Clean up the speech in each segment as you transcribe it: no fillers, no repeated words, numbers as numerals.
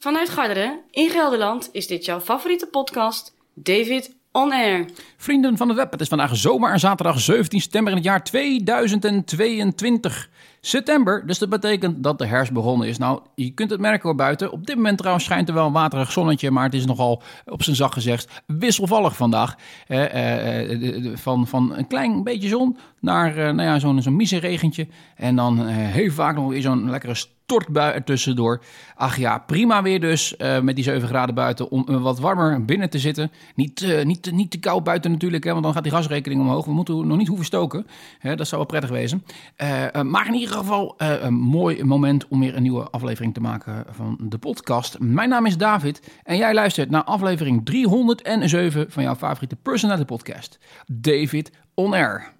Vanuit Garderen in Gelderland is dit jouw favoriete podcast, David On Air. Vrienden van het web, het is vandaag zomer en zaterdag 17 september in het jaar 2022. September, dus dat betekent dat de herfst begonnen is. Nou, je kunt het merken hoor buiten. Op dit moment trouwens schijnt er wel een waterig zonnetje, maar het is nogal op zijn zacht gezegd wisselvallig vandaag. Van een klein beetje zon naar zo'n miseregentje. En dan heel vaak nog weer zo'n lekkere stortbui ertussendoor. Ach ja, prima weer dus met die 7 graden buiten om wat warmer binnen te zitten. Niet te koud buiten natuurlijk, want dan gaat die gasrekening omhoog. We moeten nog niet hoeven stoken. Dat zou wel prettig wezen. Maar in ieder geval een mooi moment om weer een nieuwe aflevering te maken van de podcast. Mijn naam is David en jij luistert naar aflevering 307 van jouw favoriete personality podcast. David On Air.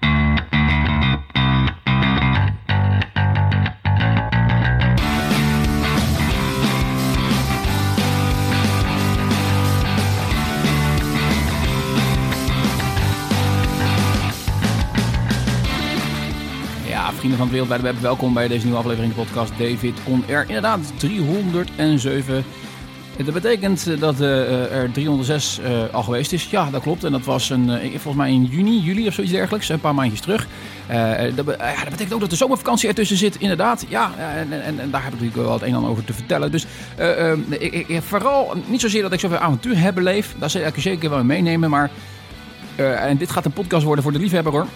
Vrienden van het wereldwijde web, welkom bij deze nieuwe aflevering van de podcast David On Air. Inderdaad, 307. Dat betekent dat er 306 al geweest is. Ja, dat klopt. En dat was volgens mij in juli of zoiets dergelijks. Een paar maandjes terug. Dat betekent ook dat de zomervakantie ertussen zit. Inderdaad. Ja, en daar heb ik natuurlijk wel het een en ander over te vertellen. Dus vooral niet zozeer dat ik zoveel avontuur heb beleefd. Daar zal ik je zeker wel meenemen. Maar en dit gaat een podcast worden voor de liefhebber hoor.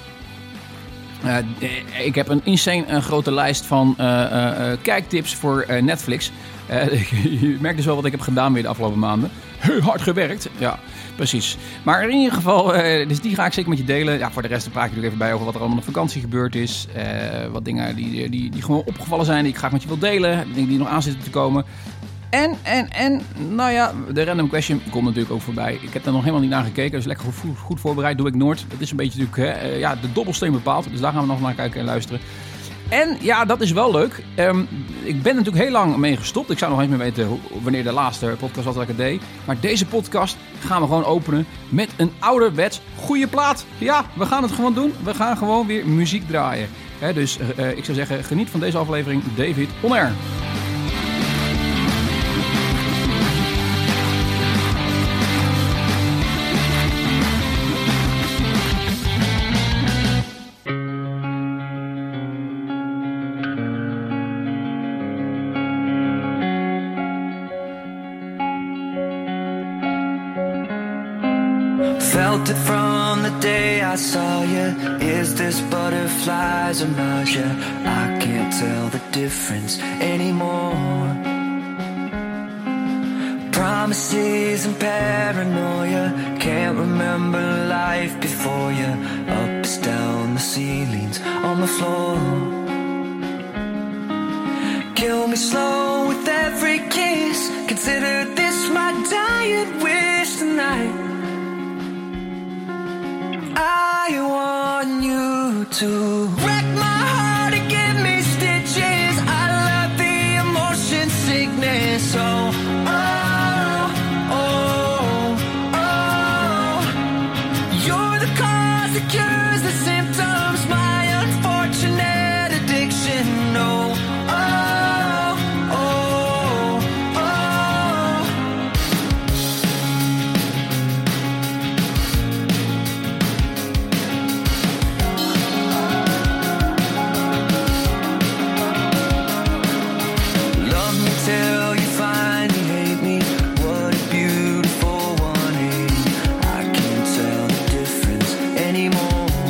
Ik heb een insane grote lijst van kijktips voor Netflix. Je merkt dus wel wat ik heb gedaan weer de afgelopen maanden. Heel hard gewerkt. Ja, precies. Maar in ieder geval, dus die ga ik zeker met je delen. Ja, voor de rest praat ik natuurlijk even bij over wat er allemaal op vakantie gebeurd is. Wat dingen die gewoon opgevallen zijn, die ik graag met je wil delen. Dingen die nog aan zitten te komen. En, nou ja, de random question komt natuurlijk ook voorbij. Ik heb er nog helemaal niet naar gekeken, dus lekker goed voorbereid. Doe ik nooit. Het is een beetje natuurlijk de dobbelsteen bepaald. Dus daar gaan we nog naar kijken en luisteren. En ja, dat is wel leuk. Ik ben natuurlijk heel lang mee gestopt. Ik zou nog eens meer weten wanneer de laatste podcast was dat ik het deed. Maar deze podcast gaan we gewoon openen met een ouderwets goede plaat. Ja, we gaan het gewoon doen. We gaan gewoon weer muziek draaien. Dus ik zou zeggen, geniet van deze aflevering David On Air. Felt it from the day I saw you. Is this butterflies or nausea? I can't tell the difference anymore. Promises and paranoia. Can't remember life before you. Ups, down, the ceilings, on the floor. Kill me slow with every kiss. Consider this my dying wish tonight. I want you to wreck my heart and give me stitches. I love the emotion sickness. Oh, oh, oh, oh. You're the cause that cures the symptoms. My unfortunate addiction. Oh, oh, oh, oh. Till you finally hate me. What a beautiful 180. I can't tell the difference anymore.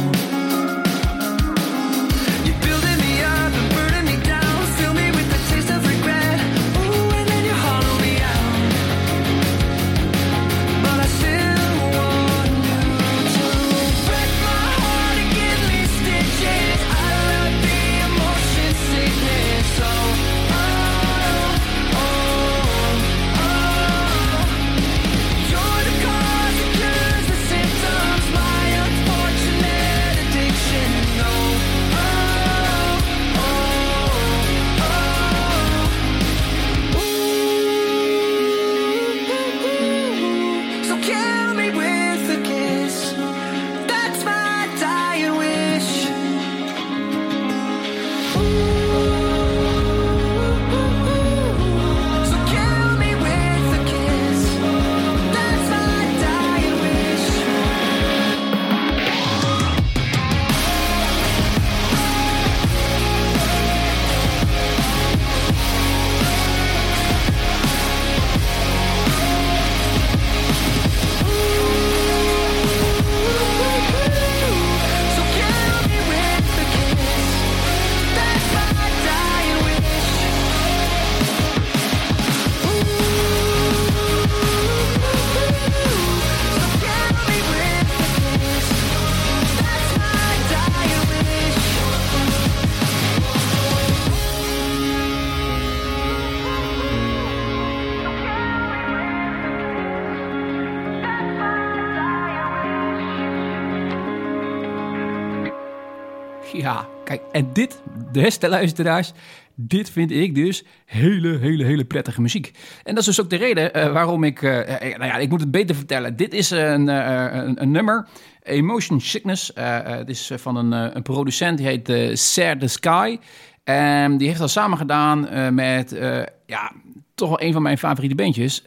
Ja, kijk, en dit, beste luisteraars, dit vind ik dus hele prettige muziek. En dat is dus ook de reden waarom ik... ik moet het beter vertellen. Dit is een nummer, Emotion Sickness. Het is van een producent, die heet Sare the Sky. En die heeft dat samen gedaan met toch wel een van mijn favoriete bandjes.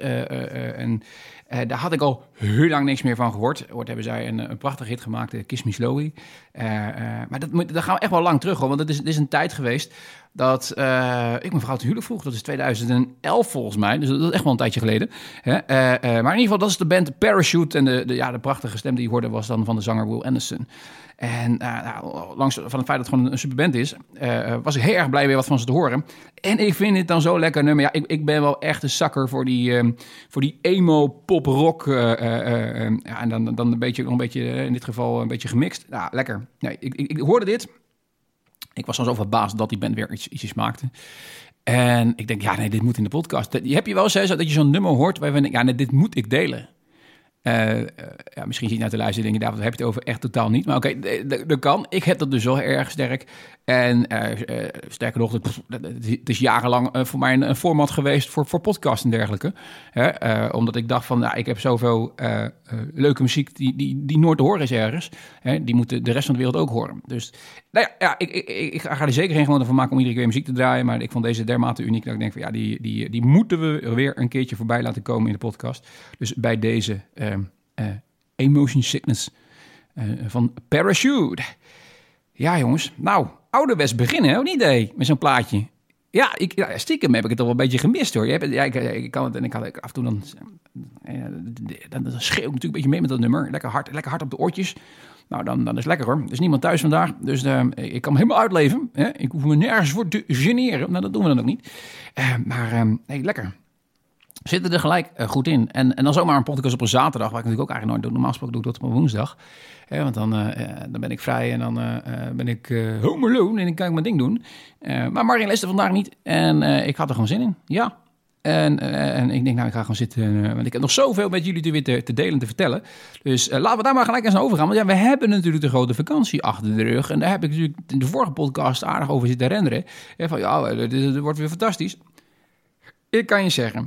Daar had ik al heel lang niks meer van gehoord. Ooit hebben zij een prachtige hit gemaakt, Kiss Me Slowly. Maar daar gaan we echt wel lang terug, hoor. Want het is een tijd geweest dat ik mijn vrouw te huwelijk vroeg. Dat is 2011 volgens mij. Dus dat is echt wel een tijdje geleden. Maar in ieder geval, dat is de band Parachute. En de prachtige stem die je hoorde was dan van de zanger Will Anderson. En langs van het feit dat het gewoon een superband is, was ik heel erg blij weer wat van ze te horen. En ik vind het dan zo lekker nummer. Ja, ik ben wel echt een zakker voor die emo pop rock. En dan een beetje, in dit geval een beetje gemixt. Ja, lekker. Nee, ik hoorde dit. Ik was dan zo verbaasd dat die band weer iets maakte. En ik denk, dit moet in de podcast. Heb je wel eens dat je zo'n nummer hoort waar je denkt, dit moet ik delen. Misschien zit je naar te luisteren en denk je, daar heb je het over, echt totaal niet. Maar oké, dat kan. Ik heb dat dus wel erg sterk. En sterker nog, het is jarenlang voor mij een format geweest voor podcasts en dergelijke. Omdat ik dacht van, ik heb zoveel leuke muziek die nooit te horen is ergens. Die moet de rest van de wereld ook horen. Dus ik ga er zeker geen gewoon van maken om iedere keer muziek te draaien. Maar ik vond deze dermate uniek dat ik denk van, die moeten we weer een keertje voorbij laten komen in de podcast. Dus bij deze Emotion Sickness van Parachute. Ja, jongens. Nou, ouderwets beginnen, ook niet, met zo'n plaatje. Ja, stiekem heb ik het toch wel een beetje gemist, hoor. Ik kan het en ik had af en toe dan schreeuw ik natuurlijk een beetje mee met dat nummer. Lekker hard op de oortjes. Nou, dan is het lekker, hoor. Er is niemand thuis vandaag, dus ik kan me helemaal uitleven. Ik hoef me nergens voor te generen. Nou, dat doen we dan ook niet. Lekker. Zitten er gelijk goed in. En dan zomaar een podcast op een zaterdag, waar ik natuurlijk ook eigenlijk nooit doe. Normaal gesproken doe ik dat op een woensdag. Want dan ben ik vrij en dan ben ik home alone en dan kan ik mijn ding doen. Maar Marijn is er vandaag niet en ik had er gewoon zin in. Ja. En ik denk, ik ga gewoon zitten. Want ik heb nog zoveel met jullie weer te delen en te vertellen. Dus laten we daar maar gelijk eens naar overgaan. Want we hebben natuurlijk de grote vakantie achter de rug. En daar heb ik natuurlijk in de vorige podcast aardig over zitten herinneren. Dit wordt weer fantastisch. Ik kan je zeggen.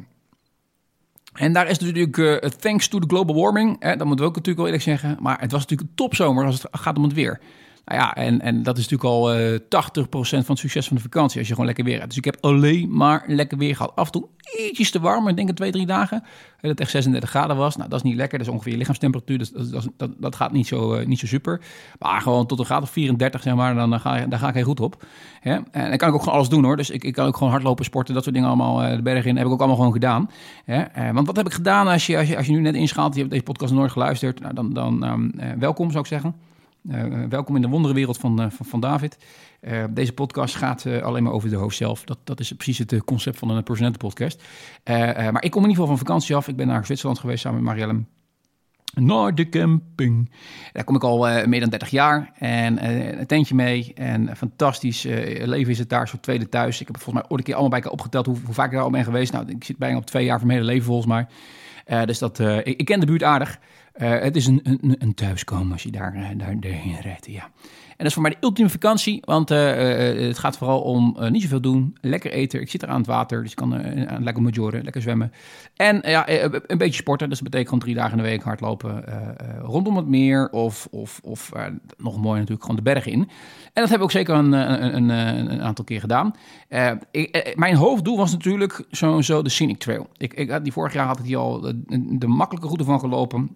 En daar is natuurlijk thanks to the global warming. Dat moeten we ook natuurlijk wel eerlijk zeggen. Maar het was natuurlijk een topzomer als het gaat om het weer. Nou ja, en dat is natuurlijk al 80% van het succes van de vakantie als je gewoon lekker weer hebt. Dus ik heb alleen maar lekker weer gehad. Af en toe ietsjes te warm, ik denk 2-3 dagen. Dat het echt 36 graden was. Nou, dat is niet lekker. Dat is ongeveer je lichaamstemperatuur. Dus dat gaat niet zo super. Maar gewoon tot een graad of 34, zeg maar, dan ga ik heel goed op. Ja? En dan kan ik ook gewoon alles doen, hoor. Dus ik kan ook gewoon hardlopen, sporten, dat soort dingen allemaal de berg in. Heb ik ook allemaal gewoon gedaan. Ja? Want wat heb ik gedaan als je nu net inschaalt, je hebt deze podcast nog nooit geluisterd. Nou, dan welkom, zou ik zeggen. Welkom in de wonderenwereld van David. Deze podcast gaat alleen maar over de host zelf. Dat is precies het concept van een personality podcast. Maar ik kom in ieder geval van vakantie af. Ik ben naar Zwitserland geweest samen met Marielle. Naar de camping. Daar kom ik al meer dan 30 jaar. En een tentje mee. En fantastisch leven is het daar, zo'n tweede thuis. Ik heb volgens mij ooit een keer allemaal bij elkaar opgeteld hoe vaak ik daar al ben geweest. Nou, ik zit bijna op 2 jaar van mijn hele leven volgens mij. Dus ik ken de buurt aardig. Het is een thuiskomen als je daarheen rijdt, ja. En dat is voor mij de ultieme vakantie, want het gaat vooral om niet zoveel doen, lekker eten. Ik zit er aan het water, dus ik kan lekker majoren, lekker zwemmen. En een beetje sporten, dus dat betekent gewoon 3 dagen in de week hardlopen rondom het meer of nog mooi natuurlijk gewoon de bergen in. En dat heb ik ook zeker een aantal keer gedaan. Mijn hoofddoel was natuurlijk zo de Scenic Trail. Die vorig jaar had ik die al de makkelijke route van gelopen.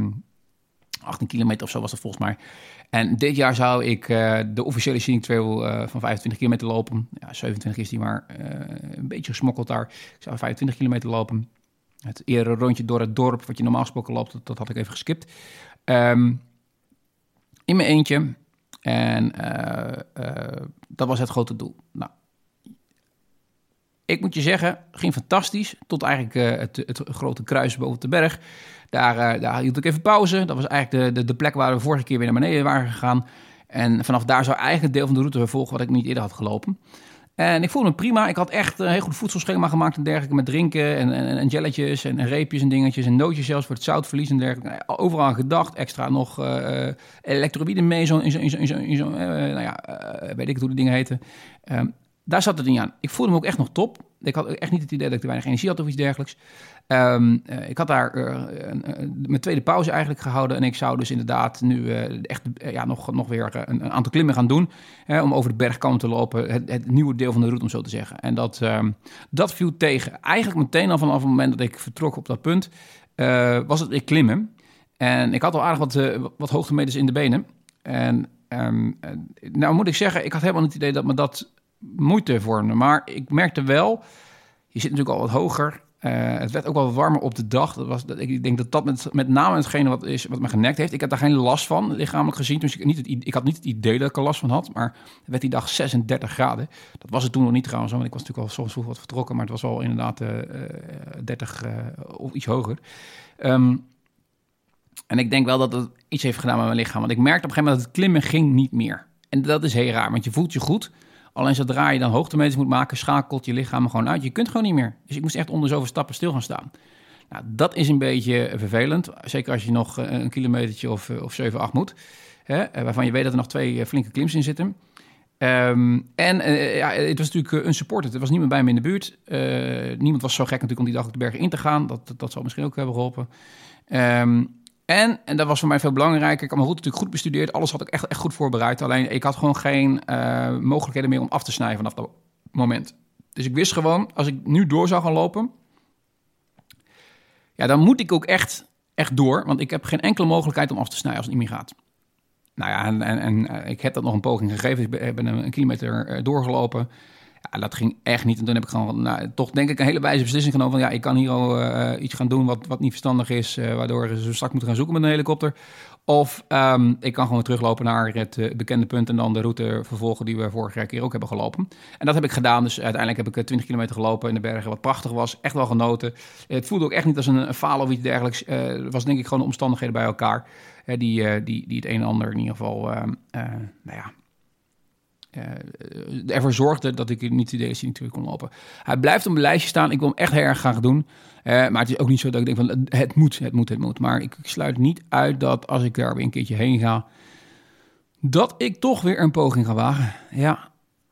18 kilometer of zo was dat volgens mij. En dit jaar zou ik de officiële Scenic Trail van 25 kilometer lopen. Ja, 27 is die maar een beetje gesmokkeld daar. Ik zou 25 kilometer lopen. Het eerdere rondje door het dorp, wat je normaal gesproken loopt, dat had ik even geskipt. In mijn eentje. En dat was het grote doel. Nou, ik moet je zeggen, ging fantastisch. Tot eigenlijk het grote kruis boven de berg. Daar hield ik even pauze. Dat was eigenlijk de plek waar we vorige keer weer naar beneden waren gegaan. En vanaf daar zou eigenlijk het deel van de route volgen wat ik niet eerder had gelopen. En ik voelde me prima. Ik had echt een heel goed voedselschema gemaakt en dergelijke. Met drinken en jelletjes en reepjes en dingetjes en nootjes zelfs voor het zoutverlies en dergelijke. Overal aan gedacht. Extra nog elektrolyten mee. Weet ik hoe die dingen heten. Daar zat het niet aan. Ik voelde me ook echt nog top. Ik had echt niet het idee dat ik te weinig energie had of iets dergelijks. Ik had daar mijn tweede pauze eigenlijk gehouden. En ik zou dus inderdaad nu nog weer een aantal klimmen gaan doen. Om over de bergkam te lopen. Het nieuwe deel van de route, om zo te zeggen. En dat viel tegen. Eigenlijk meteen al vanaf het moment dat ik vertrok op dat punt, was het weer klimmen. En ik had al aardig wat hoogtemeters in de benen. En nou moet ik zeggen, ik had helemaal niet het idee dat me dat moeite vormde. Maar ik merkte wel, je zit natuurlijk al wat hoger. Het werd ook wel wat warmer op de dag. Ik denk dat met name hetgene wat me genekt heeft. Ik had daar geen last van, lichamelijk gezien. Dus ik had niet het idee dat ik er last van had. Maar het werd die dag 36 graden. Dat was het toen nog niet trouwens. Want ik was natuurlijk al soms vroeg wat vertrokken. Maar het was al inderdaad 30 of iets hoger. En ik denk wel dat het iets heeft gedaan met mijn lichaam. Want ik merkte op een gegeven moment dat het klimmen ging niet meer. En dat is heel raar, want je voelt je goed. Alleen zodra je dan hoogtemeters moet maken, schakelt je lichaam gewoon uit. Je kunt gewoon niet meer. Dus ik moest echt onder zoveel stappen stil gaan staan. Nou, dat is een beetje vervelend. Zeker als je nog een kilometertje of 7, 8 moet. Waarvan je weet dat er nog 2 flinke klims in zitten. Het was natuurlijk unsupported. Er was niemand bij me in de buurt. Niemand was zo gek natuurlijk om die dag op de bergen in te gaan. Dat zal misschien ook hebben geholpen. En dat was voor mij veel belangrijker. Ik had mijn route natuurlijk goed bestudeerd. Alles had ik echt goed voorbereid. Alleen ik had gewoon geen mogelijkheden meer om af te snijden vanaf dat moment. Dus ik wist gewoon, als ik nu door zou gaan lopen, ja, dan moet ik ook echt door. Want ik heb geen enkele mogelijkheid om af te snijden als het niet meer gaat. Nou ja, en ik heb dat nog een poging gegeven. Ik ben een kilometer doorgelopen. Ja, dat ging echt niet. En toen heb ik gewoon toch denk ik een hele wijze beslissing genomen van ja, ik kan hier al iets gaan doen wat niet verstandig is, waardoor ze zo strak moeten gaan zoeken met een helikopter. Of ik kan gewoon teruglopen naar het bekende punt en dan de route vervolgen die we vorige keer ook hebben gelopen. En dat heb ik gedaan. Dus uiteindelijk heb ik 20 kilometer gelopen in de bergen, wat prachtig was. Echt wel genoten. Het voelde ook echt niet als een faal of iets dergelijks. Het was denk ik gewoon de omstandigheden bij elkaar die het een en ander in ieder geval ervoor zorgde dat ik niet de destinatief kon lopen. Hij blijft op mijn lijstje staan. Ik wil hem echt heel erg graag doen. Maar het is ook niet zo dat ik denk van het moet. Maar ik sluit niet uit dat als ik daar weer een keertje heen ga, dat ik toch weer een poging ga wagen. Ja.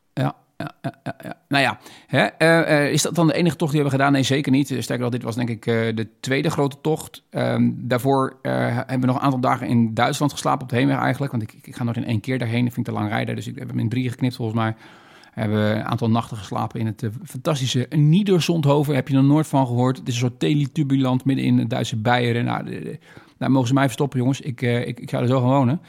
Nou ja, is dat dan de enige tocht die we hebben gedaan? Nee, zeker niet. Sterker nog, dit was denk ik de tweede grote tocht. Daarvoor hebben we nog een aantal dagen in Duitsland geslapen op de heenweg eigenlijk. Want ik ga nog in 1 keer daarheen. Dat vind ik te lang rijden. Dus ik heb hem in 3 geknipt volgens mij. We hebben een aantal nachten geslapen in het fantastische Niedersondhoven. Heb je er nooit van gehoord? Het is een soort telitubuland midden in het Duitse Beieren. Nou, daar mogen ze mij verstoppen, jongens. Ik zou er zo gaan wonen.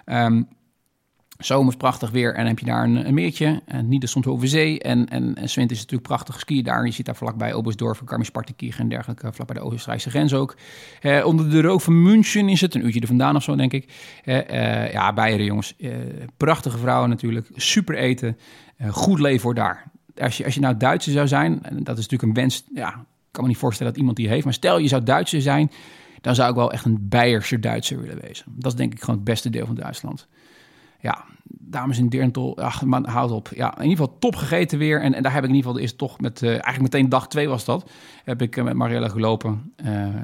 Zomers prachtig weer en dan heb je daar een meertje. En Niedersondhoven Zee. En Zwint is natuurlijk prachtig skiën daar. Je ziet daar vlakbij Oberstdorf, Garmisch-Partenkirchen en dergelijke. Vlakbij de Oostenrijkse grens ook. Onder de rook van München is het. Een uurtje er vandaan of zo, denk ik. Beieren, jongens. Prachtige vrouwen natuurlijk. Super eten. Goed leven voor daar. Als je nou Duitser zou zijn, en dat is natuurlijk een wens. Ja, ik kan me niet voorstellen dat iemand die heeft. Maar stel je zou Duitser zijn, dan zou ik wel echt een Beierse Duitser willen wezen. Dat is denk ik gewoon het beste deel van Duitsland. Ja, dames in Dirndl, man, houd op. Ja, in ieder geval top gegeten weer. En daar heb ik in ieder geval eerst toch met, eigenlijk meteen dag 2 was dat, heb ik met Mariella gelopen.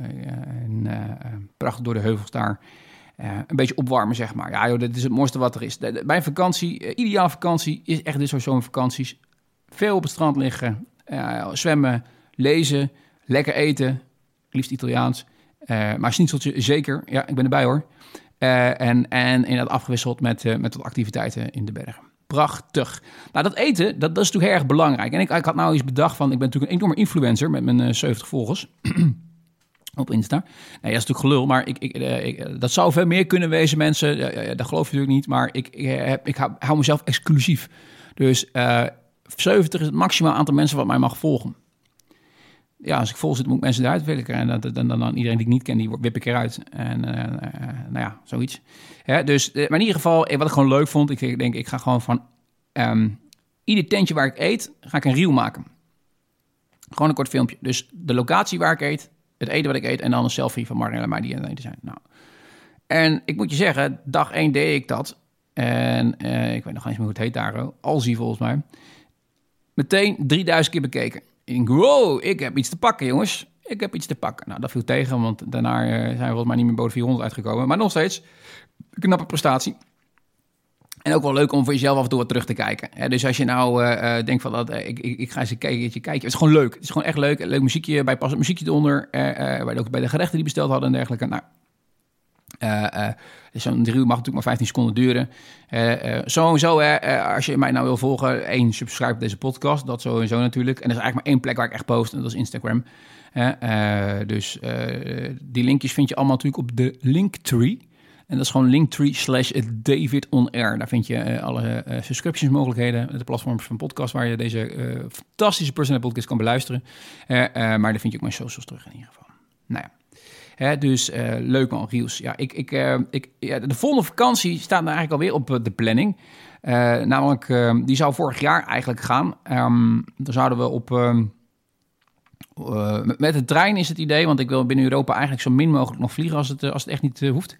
Prachtig door de heuvels daar. Een beetje opwarmen, zeg maar. Ja, joh, dit is het mooiste wat er is. Mijn vakantie, ideale vakantie, is echt dit soort zomervakanties. Veel op het strand liggen, zwemmen, lezen, lekker eten. Liefst Italiaans. Maar schnitzeltje zeker. Ja, ik ben erbij hoor. En inderdaad afgewisseld met wat activiteiten in de bergen. Prachtig. Nou, dat eten, dat is natuurlijk heel erg belangrijk. En ik had nou eens bedacht van, ik ben natuurlijk een enorme influencer met mijn 70 volgers op Insta. Nee, dat is natuurlijk gelul, maar dat zou veel meer kunnen wezen, mensen. Dat geloof je natuurlijk niet, maar ik hou mezelf exclusief. Dus 70 is het maximaal aantal mensen wat mij mag volgen. Ja, als ik vol zit, moet ik mensen eruit willen. En dan iedereen die ik niet ken, die wip ik eruit. En nou ja, zoiets. Ja, dus, maar in ieder geval, wat ik gewoon leuk vond, ik denk, ik ga gewoon van ieder tentje waar ik eet, ga ik een reel maken. Gewoon een kort filmpje. Dus de locatie waar ik eet, het eten wat ik eet en dan een selfie van Mariella en mij die aan het eten zijn. Nou. En ik moet je zeggen, dag 1 deed ik dat. En ik weet nog niet meer hoe het heet daar. Alzie volgens mij. meteen 3000 keer bekeken. Ik denk, wow, ik heb iets te pakken, jongens. Ik heb iets te pakken. Nou, dat viel tegen, want daarna zijn we volgens mij niet meer boven 400 uitgekomen. Maar nog steeds, knappe prestatie. En ook wel leuk om voor jezelf af en toe wat terug te kijken. Dus als je nou denkt van, ik ga eens een keertje kijken. Het is gewoon leuk. Het is gewoon echt leuk. Leuk muziekje, bijpassend muziekje eronder. Ook bij de gerechten die besteld hadden en dergelijke. Nou, zo'n 3 uur mag natuurlijk maar 15 seconden duren. Sowieso, als je mij nou wil volgen, 1, subscribe op deze podcast. Dat sowieso natuurlijk. En er is eigenlijk maar 1 plek waar ik echt post. En dat is Instagram. Dus die linkjes vind je allemaal natuurlijk op de Linktree. En dat is gewoon Linktree/DavidOnAir. Daar vind je alle subscriptions mogelijkheden. De platforms van podcast waar je deze fantastische personal podcast kan beluisteren. Maar daar vind je ook mijn socials terug in ieder geval. Nou ja. Dus leuk man, Riels. Ja, de volgende vakantie staat nou eigenlijk alweer op de planning. Namelijk, die zou vorig jaar eigenlijk gaan. Dan zouden we op... met de trein is het idee, want ik wil binnen Europa eigenlijk zo min mogelijk nog vliegen als het echt niet hoeft.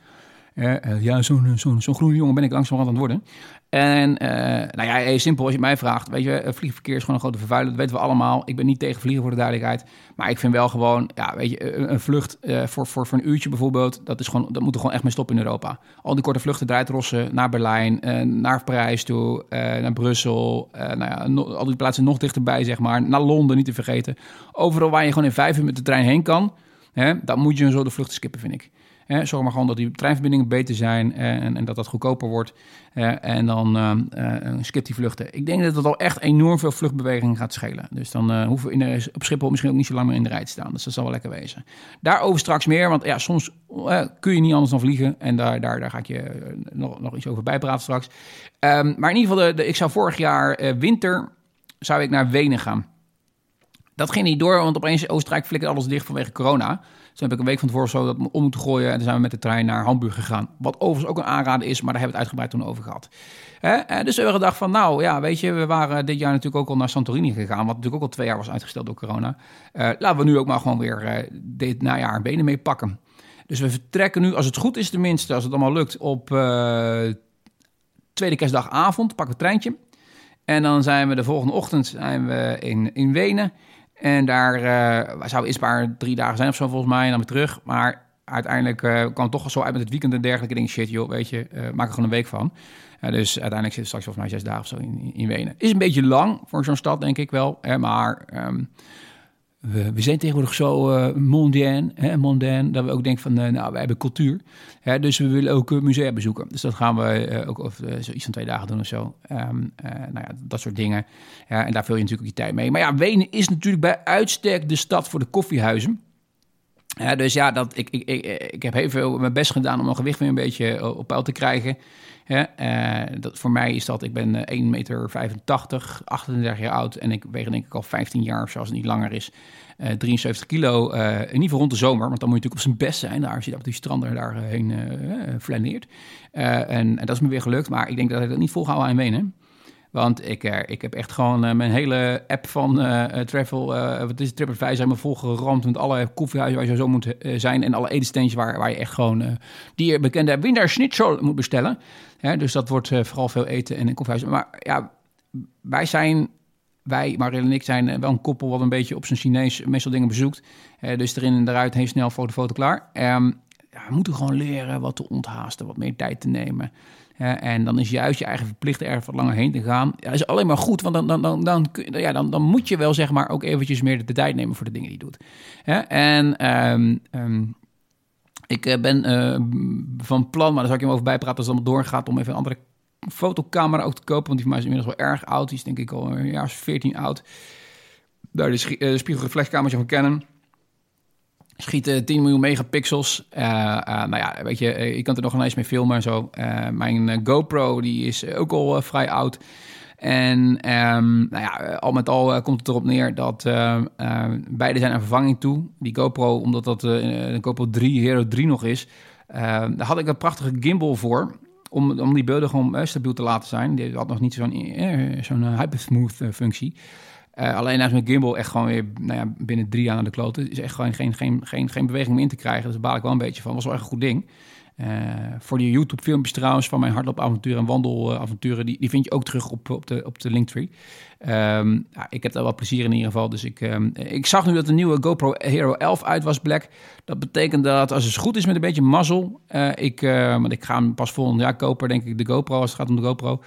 Zo'n groene jongen ben ik langzamerhand aan het worden. En nou ja, heel simpel als je mij vraagt. Weet je, vliegverkeer is gewoon een grote vervuiler. Dat weten we allemaal. Ik ben niet tegen vliegen voor de duidelijkheid. Maar ik vind wel gewoon, ja, weet je, een vlucht voor een uurtje bijvoorbeeld. Dat moet er gewoon echt mee stoppen in Europa. Al die korte vluchten eruit rossen naar Berlijn, naar Parijs toe, naar Brussel. Nou ja, al die plaatsen nog dichterbij, zeg maar. Naar Londen, niet te vergeten. Overal waar je gewoon in 5 uur met de trein heen kan. Dan moet je zo de vluchten skippen, vind ik. Zorg maar gewoon dat die treinverbindingen beter zijn en dat goedkoper wordt. En dan skip die vluchten. Ik denk dat dat al echt enorm veel vluchtbeweging gaat schelen. Dus dan hoeven we op Schiphol misschien ook niet zo lang meer in de rij te staan. Dus dat zal wel lekker wezen. Daarover straks meer, want ja, soms kun je niet anders dan vliegen. En daar ga ik je nog iets over bijpraten straks. Maar in ieder geval, ik zou vorig jaar winter zou ik naar Wenen gaan. Dat ging niet door, want opeens Oostenrijk flikkerde alles dicht vanwege corona. Dus toen heb ik een week van tevoren zo dat om moeten gooien. En toen zijn we met de trein naar Hamburg gegaan. Wat overigens ook een aanrader is, maar daar hebben we het uitgebreid toen over gehad. Dus we hebben gedacht van, nou ja, weet je, we waren dit jaar natuurlijk ook al naar Santorini gegaan. Wat natuurlijk ook al 2 jaar was uitgesteld door corona. Laten we nu ook maar gewoon weer dit najaar een benen mee pakken. Dus we vertrekken nu, als het goed is tenminste, als het allemaal lukt, op tweede kerstdagavond. Pakken we het treintje. En dan zijn we de volgende ochtend in Wenen. En daar zou eerst maar 3 dagen zijn of zo volgens mij en dan weer terug. Maar uiteindelijk kwam het toch zo uit met het weekend en dergelijke. Ik denk, shit joh, weet je, maak er gewoon een week van. Dus uiteindelijk zit het straks volgens mij 6 dagen of zo in Wenen. Is een beetje lang voor zo'n stad, denk ik wel. Maar we zijn tegenwoordig zo mondain, dat we ook denken van, nou, wij hebben cultuur. Dus we willen ook musea bezoeken. Dus dat gaan we ook zoiets van 2 dagen doen of zo. Nou ja, dat soort dingen. En daar vul je natuurlijk ook je tijd mee. Maar ja, Wenen is natuurlijk bij uitstek de stad voor de koffiehuizen. Dus ja, ik heb heel veel mijn best gedaan om mijn gewicht weer een beetje op peil te krijgen. Voor mij is dat, ik ben 1,85 meter, 38 jaar oud en ik weeg denk ik al 15 jaar of zo, als het niet langer is. 73 kilo, in ieder geval rond de zomer, want dan moet je natuurlijk op zijn best zijn. Daar zit op die stranden daarheen flaneert. En dat is me weer gelukt, maar ik denk dat ik dat niet volgehouden aan Wenen. Want ik heb echt gewoon mijn hele app van TripAdvisor helemaal volgeramd met alle koffiehuizen waar je zo moet zijn. En alle eetsteentjes waar je echt gewoon die bekende Wiener Schnitzel moet bestellen. Dus dat wordt vooral veel eten en koffiehuizen. Maar ja, wij, Marielle en ik, zijn wel een koppel wat een beetje op zijn Chinees meestal dingen bezoekt. Dus erin en eruit, heel snel foto klaar. We moeten gewoon leren wat te onthaasten, wat meer tijd te nemen. En dan is juist je eigen verplichting ergens wat langer heen te gaan. Ja, dat is alleen maar goed, want dan moet je wel zeg maar ook eventjes meer de tijd nemen voor de dingen die je doet. Ik ben van plan, maar daar zal ik je over bijpraten als het allemaal doorgaat, om even een andere fotocamera ook te kopen. Want die van mij is inmiddels wel erg oud. Die is denk ik al een jaar of 14 oud. Daar de spiegelreflexkamertje van Canon. Schieten 10 miljoen megapixels. Nou ja, weet je kan er nog eens mee filmen en zo. Mijn GoPro, die is ook al vrij oud. En nou ja, al met al komt het erop neer dat beide zijn aan vervanging toe. Die GoPro, omdat dat een GoPro 3, Hero 3 nog is. Daar had ik een prachtige gimbal voor. Om die beelden gewoon stabiel te laten zijn. Die had nog niet zo'n hypersmooth functie. Alleen als mijn gimbal echt gewoon weer binnen 3 jaar aan de kloten. Is echt gewoon geen beweging meer in te krijgen. Dus daar baal ik wel een beetje van. Dat was wel echt een goed ding. Voor die YouTube-filmpjes trouwens van mijn hardloopavonturen en wandelavonturen, die vind je ook terug op de Linktree. Ik heb daar wel plezier in ieder geval. Dus ik zag nu dat de nieuwe GoPro Hero 11 uit was, Black. Dat betekent dat als het goed is met een beetje mazzel... want ik ga hem pas volgend jaar kopen, denk ik, de GoPro, als het gaat om de GoPro.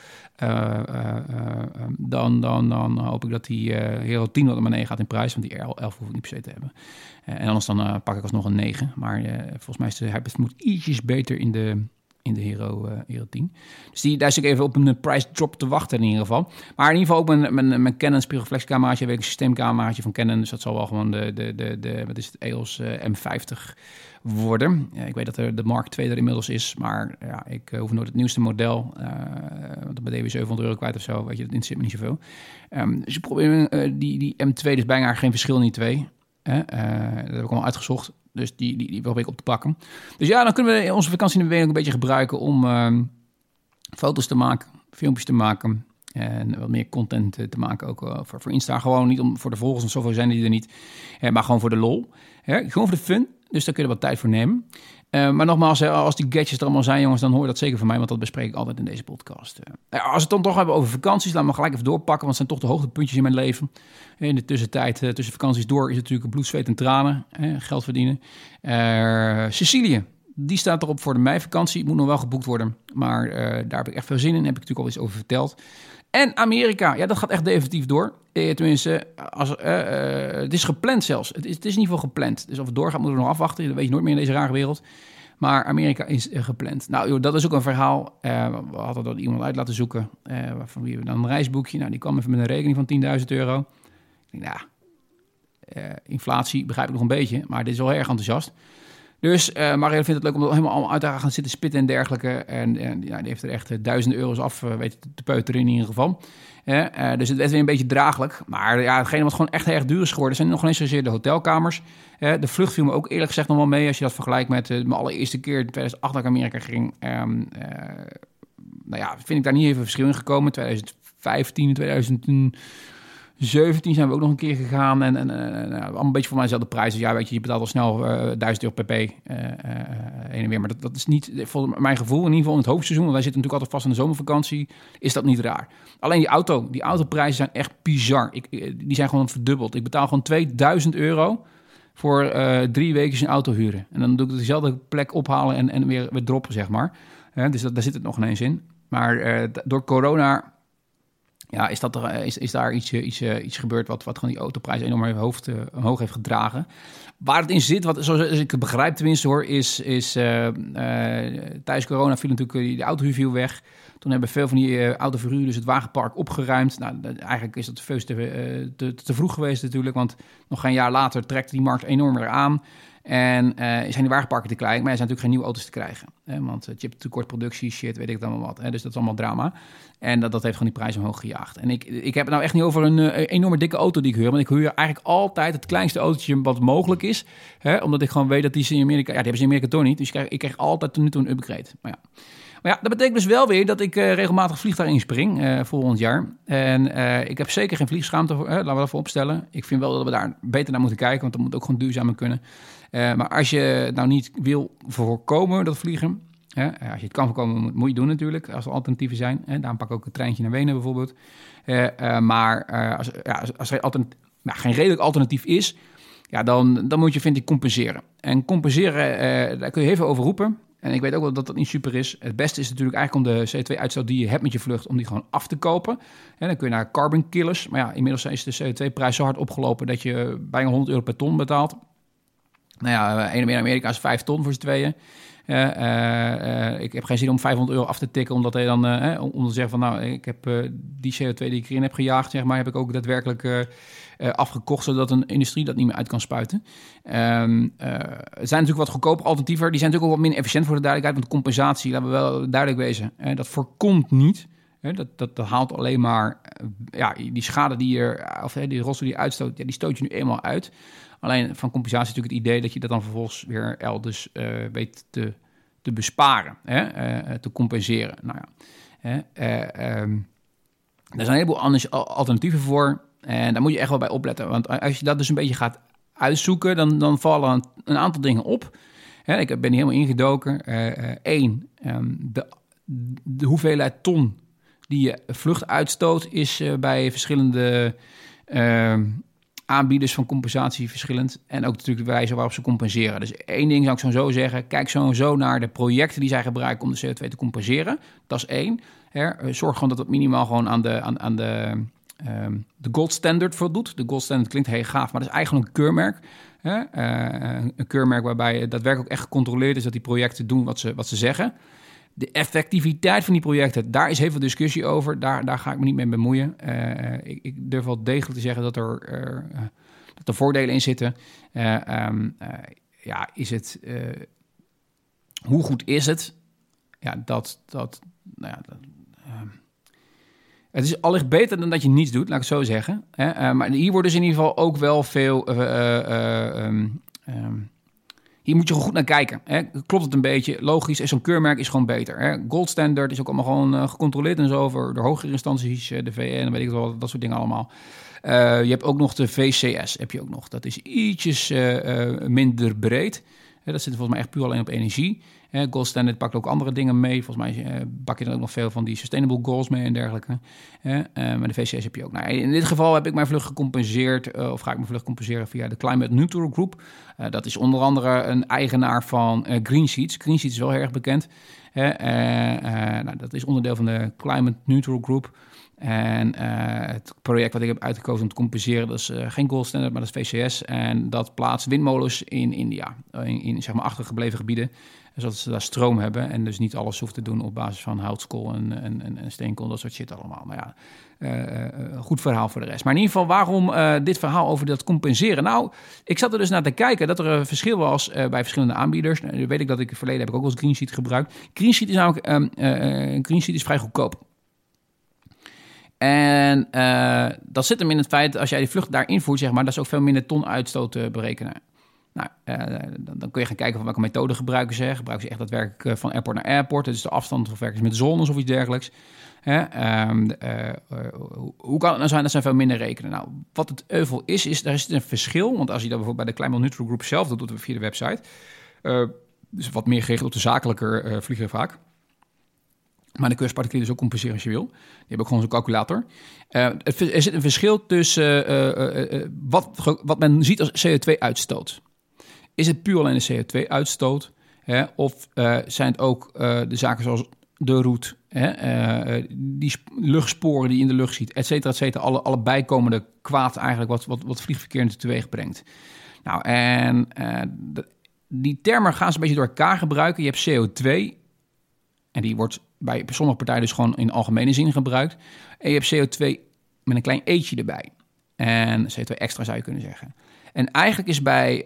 Dan hoop ik dat die Hero 10 wat naar beneden gaat in prijs. Want die R11 hoef ik niet per se te hebben. En anders dan pak ik alsnog een 9. Maar volgens mij is de hypermoed ietsjes beter in de Hero 10. Dus daar zit ik even op een price drop te wachten in ieder geval. Maar in ieder geval ook mijn Canon spiegelreflexcameraatje. Weet ik, een systeemcameraatje van Canon. Dus dat zal wel gewoon de wat is het, EOS M50 worden. Ik weet dat er de Mark II er inmiddels is. Maar ja, ik hoef nooit het nieuwste model. Want dan ben je weer €700 kwijt of zo. Weet je, dat interesseert me niet zoveel. Dus ik probeer die M2, dus bijna geen verschil in die twee. Dat heb ik allemaal uitgezocht. Dus die probeer ik op te pakken. Dus ja, dan kunnen we onze vakantie in de week ook een beetje gebruiken om foto's te maken, filmpjes te maken en wat meer content te maken ook voor Insta. Gewoon niet om voor de volgers, want zoveel zijn die er niet, maar gewoon voor de lol. Gewoon voor de fun. Dus daar kun je er wat tijd voor nemen. Maar nogmaals, als die gadgets er allemaal zijn, jongens, dan hoor je dat zeker van mij, want dat bespreek ik altijd in deze podcast. Als we het dan toch hebben over vakanties, laten we gelijk even doorpakken, want het zijn toch de hoogtepuntjes in mijn leven. In de tussentijd, tussen vakanties door, is het natuurlijk bloed, zweet en tranen. Geld verdienen. Sicilië, die staat erop voor de meivakantie. Het moet nog wel geboekt worden, maar daar heb ik echt veel zin in. Daar heb ik natuurlijk al iets over verteld. En Amerika, ja, dat gaat echt definitief door. Tenminste, het is gepland zelfs. Het is in ieder geval gepland. Dus of het doorgaat, moeten we nog afwachten. Dat weet je nooit meer in deze rare wereld. Maar Amerika is gepland. Nou, joh, dat is ook een verhaal. We hadden dat iemand uit laten zoeken. Van wie we dan een reisboekje. Nou, die kwam even met een rekening van €10.000. Ik denk, inflatie begrijp ik nog een beetje. Maar dit is wel erg enthousiast. Dus Marielle vindt het leuk om het helemaal uit te gaan zitten spitten en dergelijke. En die heeft er echt €1.000 af weten te peuteren in ieder geval. Dus het werd weer een beetje draaglijk. Maar ja, hetgene wat gewoon echt erg duur is geworden, zijn nog ineens zozeer de hotelkamers. De vlucht viel me ook eerlijk gezegd nog wel mee. Als je dat vergelijkt met mijn allereerste keer in 2008 dat ik Amerika ging. Vind ik daar niet even verschil in gekomen. 2015, 2017 zijn we ook nog een keer gegaan. En allemaal een beetje voor mijzelfde prijs. Dus ja, weet je betaalt al snel €1.000 pp. Heen en weer. Maar dat is niet, volgens mijn gevoel, in ieder geval in het hoofdseizoen, want wij zitten natuurlijk altijd vast in de zomervakantie, is dat niet raar. Alleen die autoprijzen zijn echt bizar. Die zijn gewoon verdubbeld. Ik betaal gewoon €2.000 voor 3 weken een auto huren. En dan doe ik dezelfde plek ophalen en weer droppen, zeg maar. Dus daar zit het nog ineens in. Maar door corona... Ja, is daar iets gebeurd wat gewoon die autoprijs enorm omhoog heeft gedragen. Waar het in zit, zoals ik het begrijp tenminste hoor, is tijdens corona viel natuurlijk de autohuur viel weg. Toen hebben veel van die autoverhuurders dus het wagenpark opgeruimd. Nou, eigenlijk is dat veel te vroeg geweest natuurlijk, want nog geen jaar later trekt die markt enorm weer aan. En zijn die wagenparken te klein, maar er zijn natuurlijk geen nieuwe auto's te krijgen. Want chiptekort, productie, shit, weet ik het allemaal wat. Dus dat is allemaal drama. En dat heeft gewoon die prijs omhoog gejaagd. En ik heb het nou echt niet over een enorme dikke auto die ik huur. Want ik huur eigenlijk altijd het kleinste autootje wat mogelijk is. Omdat ik gewoon weet dat die in Amerika... Ja, die hebben ze in Amerika toch niet. Dus ik krijg altijd tot nu toe een upgrade. Maar ja, dat betekent dus wel weer dat ik regelmatig vliegtuig inspring volgend jaar. En ik heb zeker geen vliegschaamte, laten we dat voor opstellen. Ik vind wel dat we daar beter naar moeten kijken, want dat moet ook gewoon duurzamer kunnen. Maar als je nou niet wil voorkomen dat vliegen, als je het kan voorkomen, moet je het doen natuurlijk, als er alternatieven zijn. Daarom pak ik ook een treintje naar Wenen bijvoorbeeld. Maar als er geen redelijk alternatief is, ja, dan moet je, vind ik, compenseren. En compenseren, daar kun je heel veel over roepen. En ik weet ook wel dat dat niet super is. Het beste is natuurlijk eigenlijk om de CO2-uitstoot die je hebt met je vlucht, om die gewoon af te kopen. En dan kun je naar carbon killers. Maar ja, inmiddels is de CO2-prijs zo hard opgelopen dat je bijna €100 per ton betaalt. Nou ja, in Amerika is 5 ton voor z'n tweeën. Ik heb geen zin om €500 af te tikken, omdat hij dan om te zeggen van nou, ik heb die CO2 die ik erin heb gejaagd, zeg maar, heb ik ook daadwerkelijk afgekocht, zodat een industrie dat niet meer uit kan spuiten. Er zijn natuurlijk wat goedkoper alternatieven. Die zijn natuurlijk ook wat minder efficiënt voor de duidelijkheid, want compensatie, laten we wel duidelijk wezen, dat voorkomt niet. Dat haalt alleen maar die schade die rotzooi die je uitstoot, die stoot je nu eenmaal uit. Alleen van compensatie is natuurlijk het idee dat je dat dan vervolgens weer elders weet te besparen, te compenseren. Nou ja, er zijn een heleboel alternatieven voor en daar moet je echt wel bij opletten. Want als je dat dus een beetje gaat uitzoeken, dan vallen een aantal dingen op. Ik ben hier helemaal ingedoken. De hoeveelheid ton die vluchtuitstoot is bij verschillende aanbieders van compensatie verschillend. En ook natuurlijk de wijze waarop ze compenseren. Dus één ding zou ik sowieso zeggen. Kijk sowieso naar de projecten die zij gebruiken om de CO2 te compenseren. Dat is één. Zorg gewoon dat het minimaal gewoon aan de gold standard voldoet. De gold standard klinkt heel gaaf, maar dat is eigenlijk een keurmerk. Een keurmerk waarbij daadwerkelijk ook echt gecontroleerd is dat die projecten doen wat ze zeggen. De effectiviteit van die projecten, daar is heel veel discussie over. Daar ga ik me niet mee bemoeien. Ik durf wel degelijk te zeggen dat er voordelen in zitten. Is het... hoe goed is het? Ja, het is allicht beter dan dat je niets doet, laat ik het zo zeggen. Maar hier wordt dus in ieder geval ook wel veel... hier moet je gewoon goed naar kijken. Klopt het een beetje? Logisch, zo'n keurmerk is gewoon beter. Gold standard is ook allemaal gewoon gecontroleerd en zo over de hogere instanties, de VN, weet ik wel, dat soort dingen allemaal. Je hebt ook nog de VCS, heb je ook nog. Dat is ietsjes minder breed. Dat zit volgens mij echt puur alleen op energie. Gold Standard pakt ook andere dingen mee. Volgens mij bak je dan ook nog veel van die sustainable goals mee en dergelijke. Maar de VCS heb je ook. Nou, in dit geval heb ik mijn vlucht gecompenseerd, of ga ik mijn vlucht compenseren via de Climate Neutral Group. Dat is onder andere een eigenaar van Green Seeds. Green Seeds is wel heel erg bekend. Dat is onderdeel van de Climate Neutral Group. En het project wat ik heb uitgekozen om te compenseren, dat is geen gold standard, maar dat is VCS. En dat plaatst windmolens in India, in zeg maar achtergebleven gebieden, zodat ze daar stroom hebben en dus niet alles hoeft te doen op basis van houtskool en steenkool, dat soort shit allemaal. Maar ja, goed verhaal voor de rest. Maar in ieder geval, waarom dit verhaal over dat compenseren? Nou, ik zat er dus naar te kijken dat er een verschil was bij verschillende aanbieders. Nu weet ik dat ik in het verleden heb ik ook wel eens Green Seed gebruikt. Green Seed is namelijk Green Seed is vrij goedkoop. En dat zit hem in het feit, als jij die vlucht daar invoert, zeg maar, dat is ook veel minder tonuitstoot te berekenen. Nou, dan kun je gaan kijken van welke methode gebruiken ze. Gebruiken ze echt daadwerkelijk van airport naar airport? Dus de afstand, of werken ze met zones of iets dergelijks? Hoe kan het nou zijn dat ze veel minder rekenen? Nou, wat het euvel is, daar is een verschil. Want als je dat bijvoorbeeld bij de Climate Neutral Group zelf doet, doet het via de website. Dus wat meer gericht op de zakelijke vliegen vaak. Maar dan kun je particulier dus ook compenseren als je wil. Die hebben ook gewoon zo'n calculator. Er zit een verschil tussen wat men ziet als CO2-uitstoot. Is het puur alleen de CO2-uitstoot? Of zijn het ook de zaken zoals de route, die luchtsporen die je in de lucht ziet, et cetera, alle bijkomende kwaad eigenlijk wat vliegverkeer teweeg brengt. Nou, en die termen gaan ze een beetje door elkaar gebruiken. Je hebt CO2, en die wordt bij sommige partijen dus gewoon in algemene zin gebruikt. En je hebt CO2 met een klein eetje erbij. En CO2 extra zou je kunnen zeggen. En eigenlijk is bij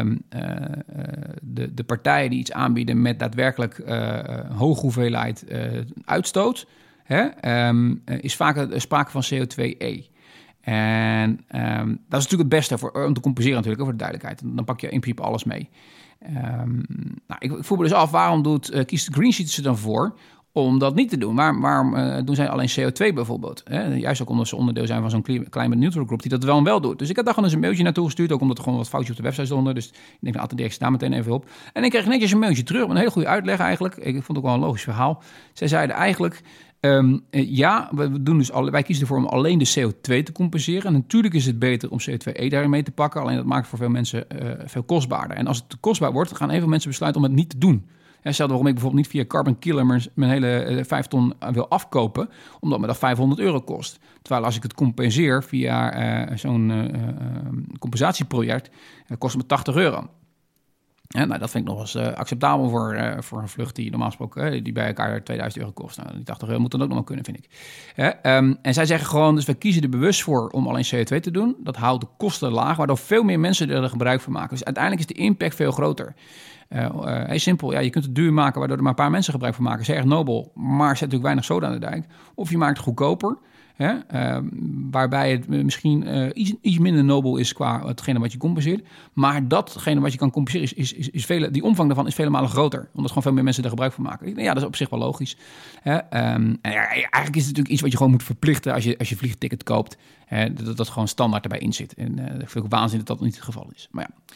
de partijen die iets aanbieden met daadwerkelijk hoge hoeveelheid uitstoot, is vaak sprake van CO2e. En dat is natuurlijk het beste om te compenseren natuurlijk, voor de duidelijkheid. Dan pak je in principe alles mee. Ik voel me dus af, waarom kiest Green Seeds er dan voor om dat niet te doen? Waarom doen zij alleen CO2 bijvoorbeeld? Juist ook omdat ze onderdeel zijn van zo'n Climate Neutral Group die dat wel doet. Dus ik heb daar gewoon eens een mailtje naartoe gestuurd, ook omdat er gewoon wat foutjes op de website stonden. Dus ik denk, attendeer ik daar meteen even op. En ik kreeg netjes een mailtje terug met een hele goede uitleg eigenlijk. Ik vond het ook wel een logisch verhaal. Zij zeiden eigenlijk, we doen dus wij kiezen ervoor om alleen de CO2 te compenseren. En natuurlijk is het beter om CO2e daarin mee te pakken. Alleen dat maakt voor veel mensen veel kostbaarder. En als het te kostbaar wordt, gaan heel veel mensen besluiten om het niet te doen. Stel waarom ik bijvoorbeeld niet via Carbon Killer mijn hele 5 ton wil afkopen, omdat me dat €500 kost. Terwijl als ik het compenseer via zo'n compensatieproject, kost het me €80. Nou, dat vind ik nog eens acceptabel voor een vlucht die normaal gesproken die bij elkaar €2000 kost. Nou, die €80 moet dan ook nog wel kunnen, vind ik. En zij zeggen gewoon, dus we kiezen er bewust voor om alleen CO2 te doen. Dat houdt de kosten laag, waardoor veel meer mensen er gebruik van maken. Dus uiteindelijk is de impact veel groter. Heel simpel, ja, je kunt het duur maken waardoor er maar een paar mensen gebruik van maken. Dat is erg nobel, maar zet natuurlijk weinig zoden aan de dijk. Of je maakt het goedkoper, waarbij het misschien iets minder nobel is qua hetgene wat je compenseert. Maar datgene wat je kan compenseren, die omvang daarvan is vele malen groter. Omdat gewoon veel meer mensen er gebruik van maken. Ja, dat is op zich wel logisch. Eigenlijk is het natuurlijk iets wat je gewoon moet verplichten als je vliegticket koopt. Dat gewoon standaard erbij in zit. En ik vind het waanzin dat dat niet het geval is. Maar ja.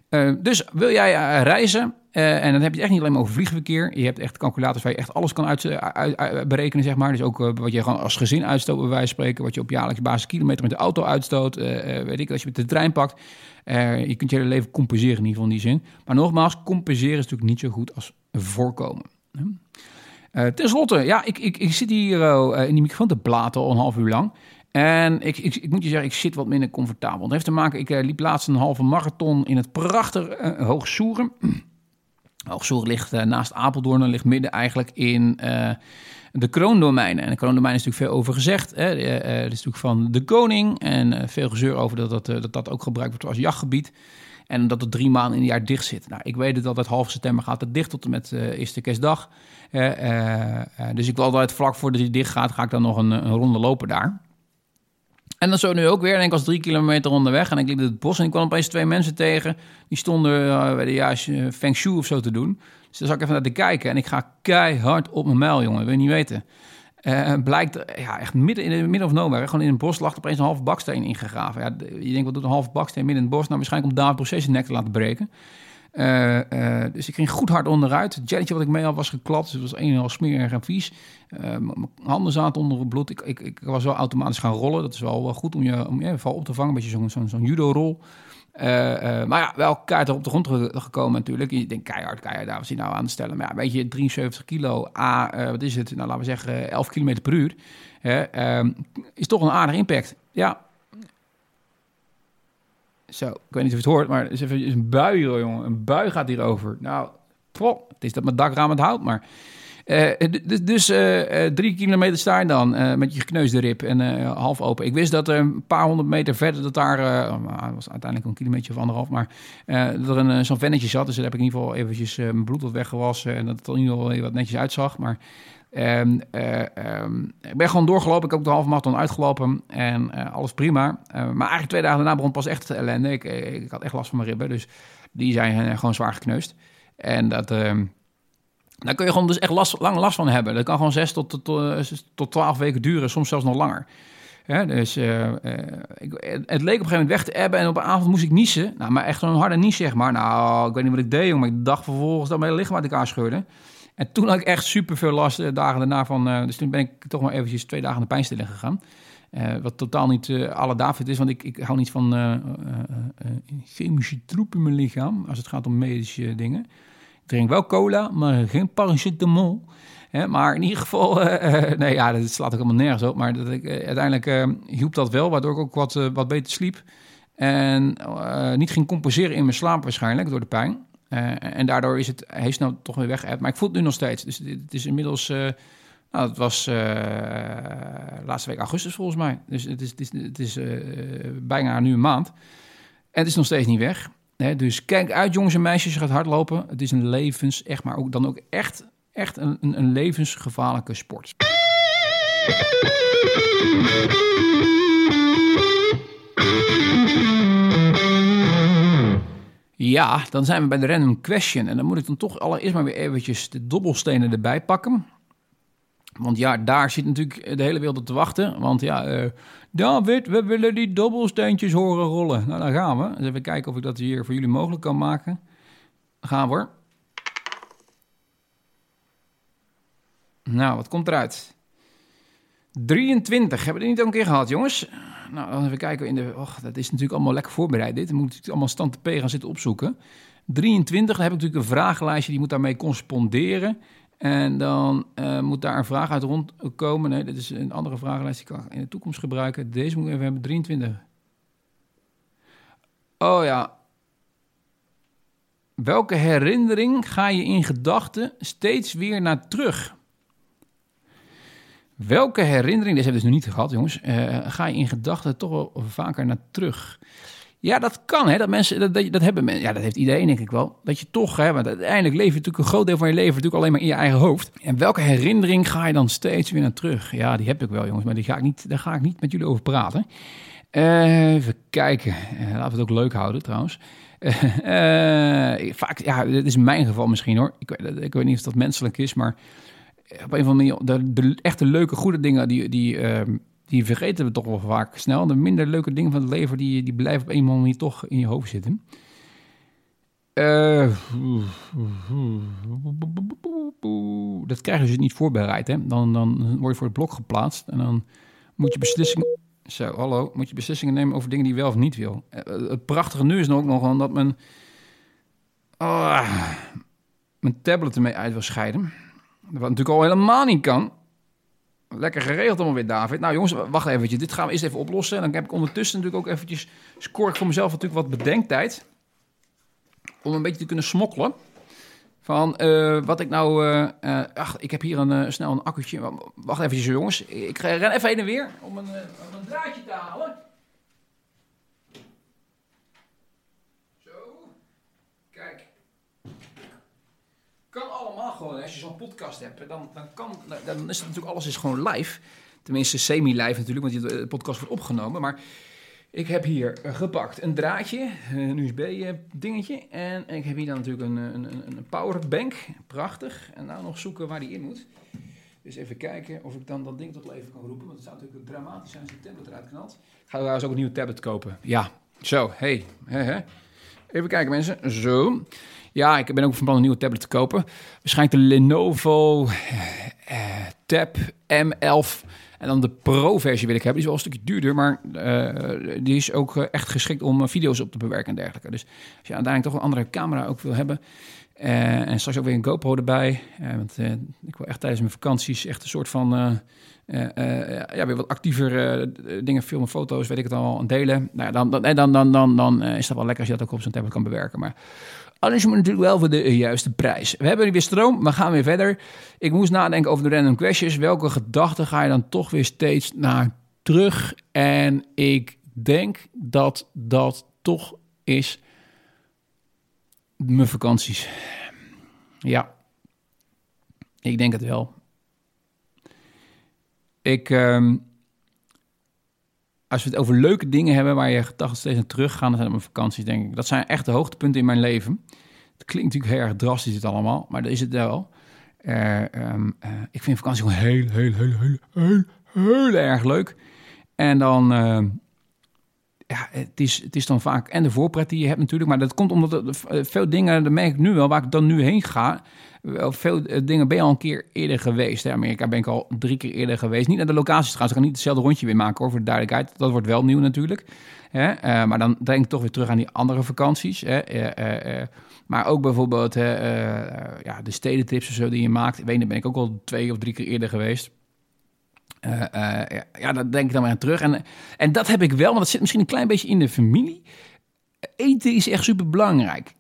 Dus wil jij reizen, en dan heb je het echt niet alleen maar over vliegverkeer. Je hebt echt calculators waar je echt alles kan berekenen, zeg maar. Dus ook wat je gewoon als gezin uitstoot, bij wijze van spreken. Wat je op jaarlijkse basis kilometer met de auto uitstoot. Weet ik, als je met de trein pakt. Je kunt je hele leven compenseren in ieder geval in die zin. Maar nogmaals, compenseren is natuurlijk niet zo goed als voorkomen. Ten slotte, ja, ik zit hier in die microfoon te blaten al een half uur lang. En ik moet je zeggen, ik zit wat minder comfortabel. Het heeft te maken, ik liep laatst een halve marathon in het prachtige Hoogsoeren. Hoogsoeren ligt naast Apeldoorn en ligt midden eigenlijk in de kroondomeinen. En de kroondomeinen is natuurlijk veel over gezegd. Hè. Het is natuurlijk van de koning en veel gezeur over dat ook gebruikt wordt als jachtgebied. En dat het 3 maanden in het jaar dicht zit. Nou, ik weet het altijd, half september gaat het dicht tot en met eerste kerstdag. Dus ik wil altijd vlak voordat hij dicht gaat, ga ik dan nog een ronde lopen daar. En dan zo nu ook weer. En ik was 3 kilometer onderweg en ik liep in het bos en ik kwam opeens 2 mensen tegen. Die stonden feng shui of zo te doen. Dus daar zat ik even naar te kijken en ik ga keihard op mijn mijl, jongen. Wil je niet weten. Blijkt, ja, echt midden in het midden of nowhere, gewoon in een bos lag opeens een halve baksteen ingegraven. Ja, je denkt, wat doet een halve baksteen midden in het bos? Nou, waarschijnlijk om David Proces zijn nek te laten breken. Dus ik ging goed hard onderuit. Het jelletje wat ik mee had was geklapt. Dus het was een en al smerig en vies. Mijn handen zaten onder het bloed. Ik was wel automatisch gaan rollen. Dat is wel goed om je val op te vangen. Een beetje zo'n judo-rol. Maar ja, wel keihard op de grond gekomen natuurlijk. Je denkt keihard, daar was hij nou aan het stellen. Maar ja, weet je, 73 kilo, wat is het? Nou, laten we zeggen 11 kilometer per uur. Is toch een aardige impact. Ja. Zo, ik weet niet of je het hoort, maar het is even een bui hier, jongen. Een bui gaat hierover. Nou, het is dat mijn dakraam het houdt, maar... 3 kilometer sta je dan met je gekneusde rib en half open. Ik wist dat een paar 100 meter verder, dat daar... het was uiteindelijk een kilometer of 1,5, maar dat er zo'n vennetje zat. Dus daar heb ik in ieder geval eventjes mijn bloed wat weggewassen en dat het er in ieder geval wat netjes uitzag. Maar ik ben gewoon doorgelopen. Ik heb ook de halve marathon uitgelopen en alles prima. Maar eigenlijk 2 dagen daarna begon pas echt het ellende. Ik had echt last van mijn ribben, dus die zijn gewoon zwaar gekneusd. En dat... Daar kun je gewoon dus echt lang last van hebben. Dat kan gewoon 6 tot 12 weken duren, soms zelfs nog langer. Ja, dus het leek op een gegeven moment weg te ebben en op een avond moest ik niezen. Nou, maar echt zo'n harde nies, zeg maar. Nou, ik weet niet wat ik deed, jongen. Maar ik dacht vervolgens dat mijn lichaam uit elkaar scheurde. En toen had ik echt super veel last dagen daarna van... dus toen ben ik toch maar eventjes 2 dagen in de pijnstilling gegaan. Wat totaal niet alle David is, want ik hou niet van chemische troep in mijn lichaam... als het gaat om medische dingen. Ik drink wel cola, maar geen paracetamol. Maar in ieder geval, nee, ja, dat slaat ook helemaal nergens op. Maar uiteindelijk hielp dat wel, waardoor ik ook wat beter sliep. En niet ging compenseren in mijn slaap waarschijnlijk door de pijn. En daardoor is het heel snel toch weer weg. Maar ik voel het nu nog steeds. Dus het is inmiddels, het was laatste week augustus volgens mij. Dus het is bijna nu een maand. En het is nog steeds niet weg. Dus kijk uit, jongens en meisjes, je gaat hardlopen. Het is een maar ook echt een levensgevaarlijke sport. Ja, dan zijn we bij de random question. En dan moet ik dan toch allereerst maar weer eventjes de dobbelstenen erbij pakken. Want ja, daar zit natuurlijk de hele wereld op te wachten. Want ja, David, we willen die dobbelsteentjes horen rollen. Nou, dan gaan we. Dus even kijken of ik dat hier voor jullie mogelijk kan maken. Dan gaan we hoor. Nou, wat komt eruit? 23. Hebben we dit niet al een keer gehad, jongens? Nou, dan even kijken. Dat is natuurlijk allemaal lekker voorbereid. Dit moet ik allemaal stand te P gaan zitten opzoeken. 23, dan heb ik natuurlijk een vragenlijstje. Die moet daarmee corresponderen. En dan moet daar een vraag uit rondkomen. Nee, dit is een andere vragenlijst die ik kan in de toekomst gebruiken. Deze moet ik even hebben, 23. Oh ja. Welke herinnering ga je in gedachten steeds weer naar terug? Welke herinnering, deze hebben we dus nog niet gehad, jongens, ga je in gedachten toch wel vaker naar terug? Ja, dat kan, hè. Dat mensen, dat hebben mensen. Ja, dat heeft iedereen, denk ik wel. Dat je toch, hè, want uiteindelijk leef je natuurlijk een groot deel van je leven natuurlijk alleen maar in je eigen hoofd. En welke herinnering ga je dan steeds weer naar terug? Ja, die heb ik wel, jongens, maar daar ga ik niet met jullie over praten. Even kijken. Laten we het ook leuk houden, trouwens. Vaak, ja, dit is mijn geval misschien, hoor. Ik weet niet of dat menselijk is, maar op een of andere manier, de echte leuke, goede dingen, die vergeten we toch wel vaak snel. De minder leuke dingen van het leven, die blijven op een of andere manier toch in je hoofd zitten. Dat krijg je dus niet voorbereid. Hè? Dan word je voor het blok geplaatst. En dan moet je beslissingen nemen over dingen die je wel of niet wil. Het prachtige nu is ook nog dat mijn tablet ermee uit wil scheiden. Wat natuurlijk al helemaal niet kan. Lekker geregeld allemaal weer, David. Nou jongens, wacht eventjes. Dit gaan we eerst even oplossen. En dan heb ik ondertussen natuurlijk ook eventjes... score ik voor mezelf natuurlijk wat bedenktijd. Om een beetje te kunnen smokkelen. Van wat ik nou... ik heb hier snel een accu'tje. Wacht eventjes jongens. Ik ren even heen en weer om een draadje te halen. Zo. Kijk. Kan allemaal gewoon. Als je zo'n podcast hebt, dan is het natuurlijk alles is gewoon live. Tenminste semi-live natuurlijk, want de podcast wordt opgenomen. Maar ik heb hier gepakt een draadje, een USB-dingetje. En ik heb hier dan natuurlijk een powerbank. Prachtig. En nou nog zoeken waar die in moet. Dus even kijken of ik dan dat ding tot leven kan roepen. Want het zou natuurlijk dramatisch zijn als de tablet eruit knalt. Ik ga trouwens ook een nieuwe tablet kopen. Ja, zo. Hey. Even kijken mensen. Zo. Ja, ik ben ook van plan een nieuwe tablet te kopen. Waarschijnlijk de Lenovo Tab M11. En dan de Pro-versie wil ik hebben. Die is wel een stukje duurder, maar die is ook echt geschikt om video's op te bewerken en dergelijke. Dus als je uiteindelijk toch een andere camera ook wil hebben. En straks ook weer een GoPro erbij. Want ik wil echt tijdens mijn vakanties echt een soort van... weer wat actiever dingen filmen, foto's, weet ik het al, en delen. Nou ja, dan is dat wel lekker als je dat ook op zo'n tablet kan bewerken. Maar alles moet natuurlijk wel voor de juiste prijs. We hebben weer stroom, we gaan weer verder. Ik moest nadenken over de random questions. Welke gedachten ga je dan toch weer steeds naar terug? En ik denk dat dat toch is mijn vakanties. Ja, ik denk het wel. Als we het over leuke dingen hebben waar je gedachten steeds naar teruggaan, dan zijn het mijn vakanties, denk ik. Dat zijn echt de hoogtepunten in mijn leven. Het klinkt natuurlijk heel erg drastisch het allemaal, maar dat is het wel. Ik vind vakantie gewoon heel erg leuk. En dan, het is dan vaak en de voorpret die je hebt natuurlijk, maar dat komt omdat veel dingen, dat merk ik nu wel, waar ik dan nu heen ga. Veel dingen ben je al een keer eerder geweest. In Amerika ben ik al 3 keer eerder geweest. Niet naar de locaties trouwens. Ik ga niet hetzelfde rondje weer maken hoor, voor de duidelijkheid. Dat wordt wel nieuw natuurlijk. Maar dan denk ik toch weer terug aan die andere vakanties. Maar ook bijvoorbeeld de stedentrips of zo die je maakt. Daar ben ik ook al 2 of 3 keer eerder geweest. Daar denk ik dan weer aan terug. En dat heb ik wel, want dat zit misschien een klein beetje in de familie. Eten is echt super belangrijk.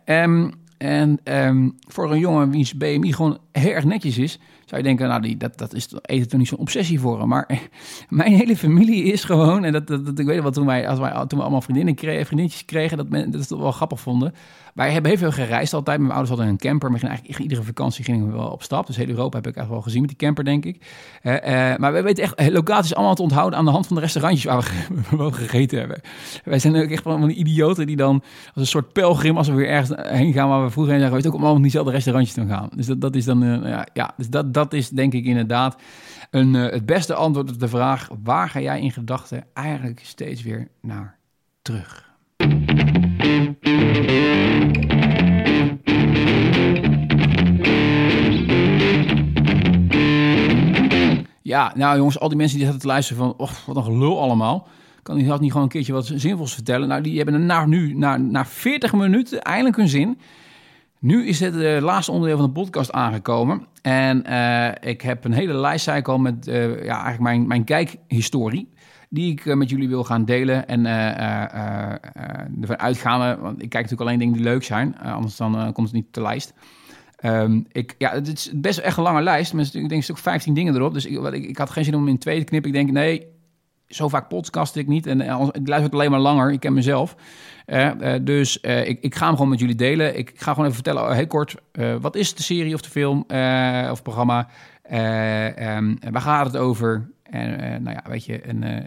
Voor een jongen wiens BMI gewoon heel erg netjes is, zou je denken, nou, dat is eten toch niet zo'n obsessie voor hem. Maar mijn hele familie is gewoon, en dat ik weet wel, toen we allemaal vriendinnetjes kregen, dat we het wel grappig vonden. Wij hebben heel veel gereisd altijd. Mijn ouders hadden een camper. Maar eigenlijk iedere vakantie gingen we wel op stap. Dus heel Europa heb ik eigenlijk wel gezien met die camper, denk ik. Maar we weten echt locaties allemaal te onthouden aan de hand van de restaurantjes waar we wel gegeten hebben. Wij zijn ook echt van die idioten die dan als een soort pelgrim, als we weer ergens heen gaan waar we vroeger heen zijn geweest, ook om allemaal diezelfde restaurantjes te gaan. Dus dat is dan, dus dat is denk ik inderdaad het beste antwoord op de vraag, waar ga jij in gedachten eigenlijk steeds weer naar terug? Ja, nou jongens, al die mensen die zaten te luisteren van, wat een gelul allemaal. Kan die niet gewoon een keertje wat zinvols vertellen? Nou, die hebben na 40 minuten eindelijk hun zin. Nu is het laatste onderdeel van de podcast aangekomen. En ik heb een hele lijstcycle met eigenlijk mijn kijkhistorie, die ik met jullie wil gaan delen. En ervan uitgaan, want ik kijk natuurlijk alleen dingen die leuk zijn. Anders dan komt het niet op de lijst. Het is best echt een lange lijst. Maar ik denk een stuk 15 dingen erop. Dus ik had geen zin om in 2 te knippen. Ik denk, nee, zo vaak podcast ik niet. En ik luister het alleen maar langer. Ik ken mezelf. Dus ik ga hem gewoon met jullie delen. Ik ga gewoon even vertellen, heel kort, wat is de serie of de film of programma? Waar gaat het over? En weet je,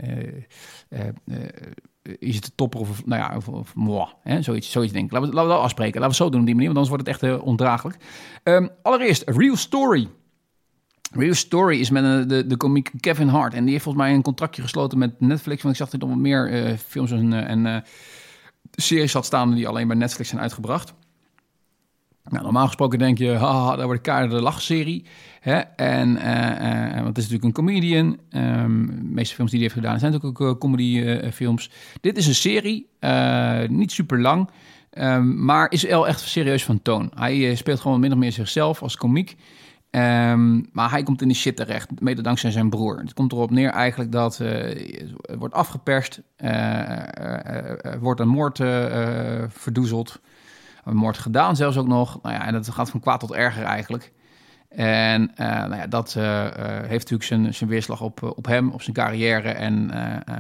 is het de topper of moi, zoiets denk ik. Laten we dat afspreken. Laten we het zo doen op die manier, want anders wordt het echt ondraaglijk. Allereerst, Real Story. Real Story is met de komiek Kevin Hart. En die heeft volgens mij een contractje gesloten met Netflix. Want ik zag dat er nog wat meer films en series had staan die alleen bij Netflix zijn uitgebracht. Nou, normaal gesproken denk je, haha, dat wordt een de lachserie. Hè? Want het is natuurlijk een comedian. De meeste films die hij heeft gedaan zijn ook comedyfilms. Dit is een serie, niet super lang, maar is wel echt serieus van toon. Hij speelt gewoon min of meer zichzelf als komiek. Maar hij komt in de shit terecht, mede dankzij zijn broer. Het komt erop neer eigenlijk dat er wordt afgeperst, wordt een moord verdoezeld, een moord gedaan zelfs ook nog. Nou ja, en dat gaat van kwaad tot erger eigenlijk. En dat heeft natuurlijk zijn weerslag op hem, op zijn carrière. En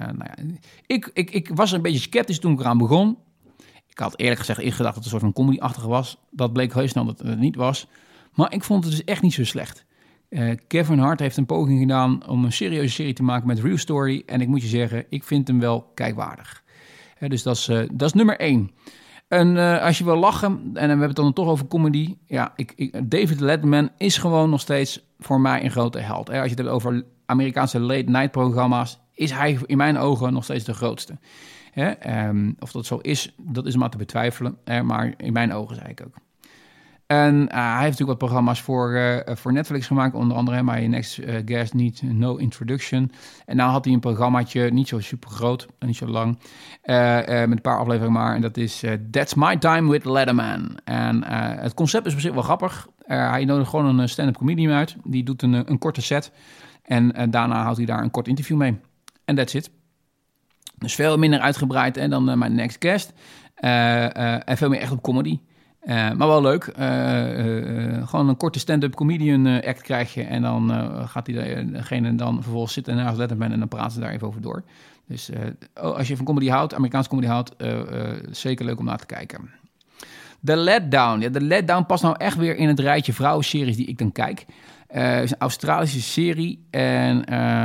ik was een beetje sceptisch toen ik eraan begon. Ik had eerlijk gezegd gedacht dat het een soort van comedy-achtige was. Dat bleek heel snel dat het niet was. Maar ik vond het dus echt niet zo slecht. Kevin Hart heeft een poging gedaan om een serieuze serie te maken met Real Story. En ik moet je zeggen, ik vind hem wel kijkwaardig. Dus dat is nummer 1. En als je wil lachen, en we hebben het dan toch over comedy. Ja, David Letterman is gewoon nog steeds voor mij een grote held. Als je het hebt over Amerikaanse late-night programma's, is hij in mijn ogen nog steeds de grootste. Of dat zo is, dat is maar te betwijfelen. Maar in mijn ogen zei ik ook. En hij heeft natuurlijk wat programma's voor Netflix gemaakt. Onder andere My Next Guest Needs No Introduction. En nou had hij een programmaatje, niet zo super groot en niet zo lang. Met een paar afleveringen maar. En dat is That's My Time with Letterman. En het concept is op zich wel grappig. Hij nodigt gewoon een stand-up comedian uit. Die doet een korte set. En daarna houdt hij daar een kort interview mee. En that's it. Dus veel minder uitgebreid dan My Next Guest. En veel meer echt op comedy. Maar wel leuk. Gewoon een korte stand-up comedian act krijg je. En dan gaat degene dan vervolgens zitten naast Letterman en dan praten ze daar even over door. Dus als je van comedy houdt, Amerikaanse comedy houdt, zeker leuk om naar te kijken. The Letdown. Ja, The Letdown past nou echt weer in het rijtje vrouwenseries die ik dan kijk. Het is een Australische serie en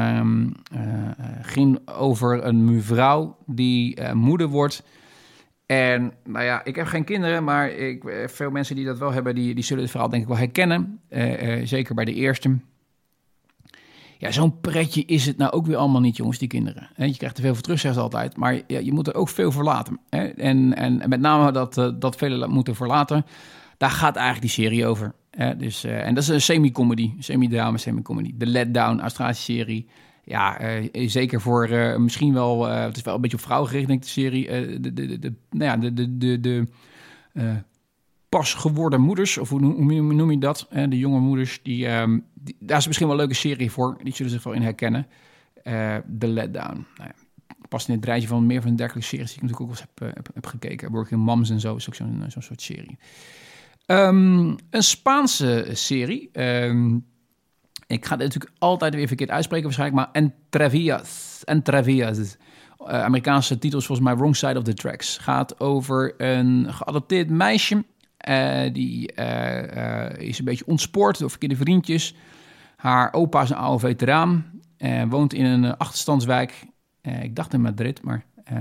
ging over een mevrouw die moeder wordt. En nou ja, ik heb geen kinderen, maar veel mensen die dat wel hebben, die zullen het verhaal denk ik wel herkennen. Zeker bij de eerste. Ja, zo'n pretje is het nou ook weer allemaal niet, jongens, die kinderen. Je krijgt er veel voor terug, zeggen ze altijd, maar je moet er ook veel voor laten. En met name dat velen moeten verlaten, daar gaat eigenlijk die serie over. Dus, en dat is een semi-comedy, semi-drama, semi-comedy. The Letdown, Australische serie. Ja, zeker voor misschien wel... het is wel een beetje op vrouwen gericht, denk ik, de serie. De pas geworden moeders, of hoe noem je dat? De jonge moeders, daar is misschien wel een leuke serie voor. Die zullen zich wel in herkennen. The Letdown. Nou ja, past in het rijtje van meer van dergelijke series die ik natuurlijk ook wel eens heb gekeken. Working Moms en zo is ook zo'n soort serie. Een Spaanse serie... ik ga dit natuurlijk altijd weer verkeerd uitspreken waarschijnlijk, maar Entrevias. Amerikaanse titels volgens mij Wrong Side of the Tracks. Gaat over een geadopteerd meisje. Die is een beetje ontspoord door verkeerde vriendjes. Haar opa is een oude veteraan. Woont in een achterstandswijk. Ik dacht in Madrid, maar...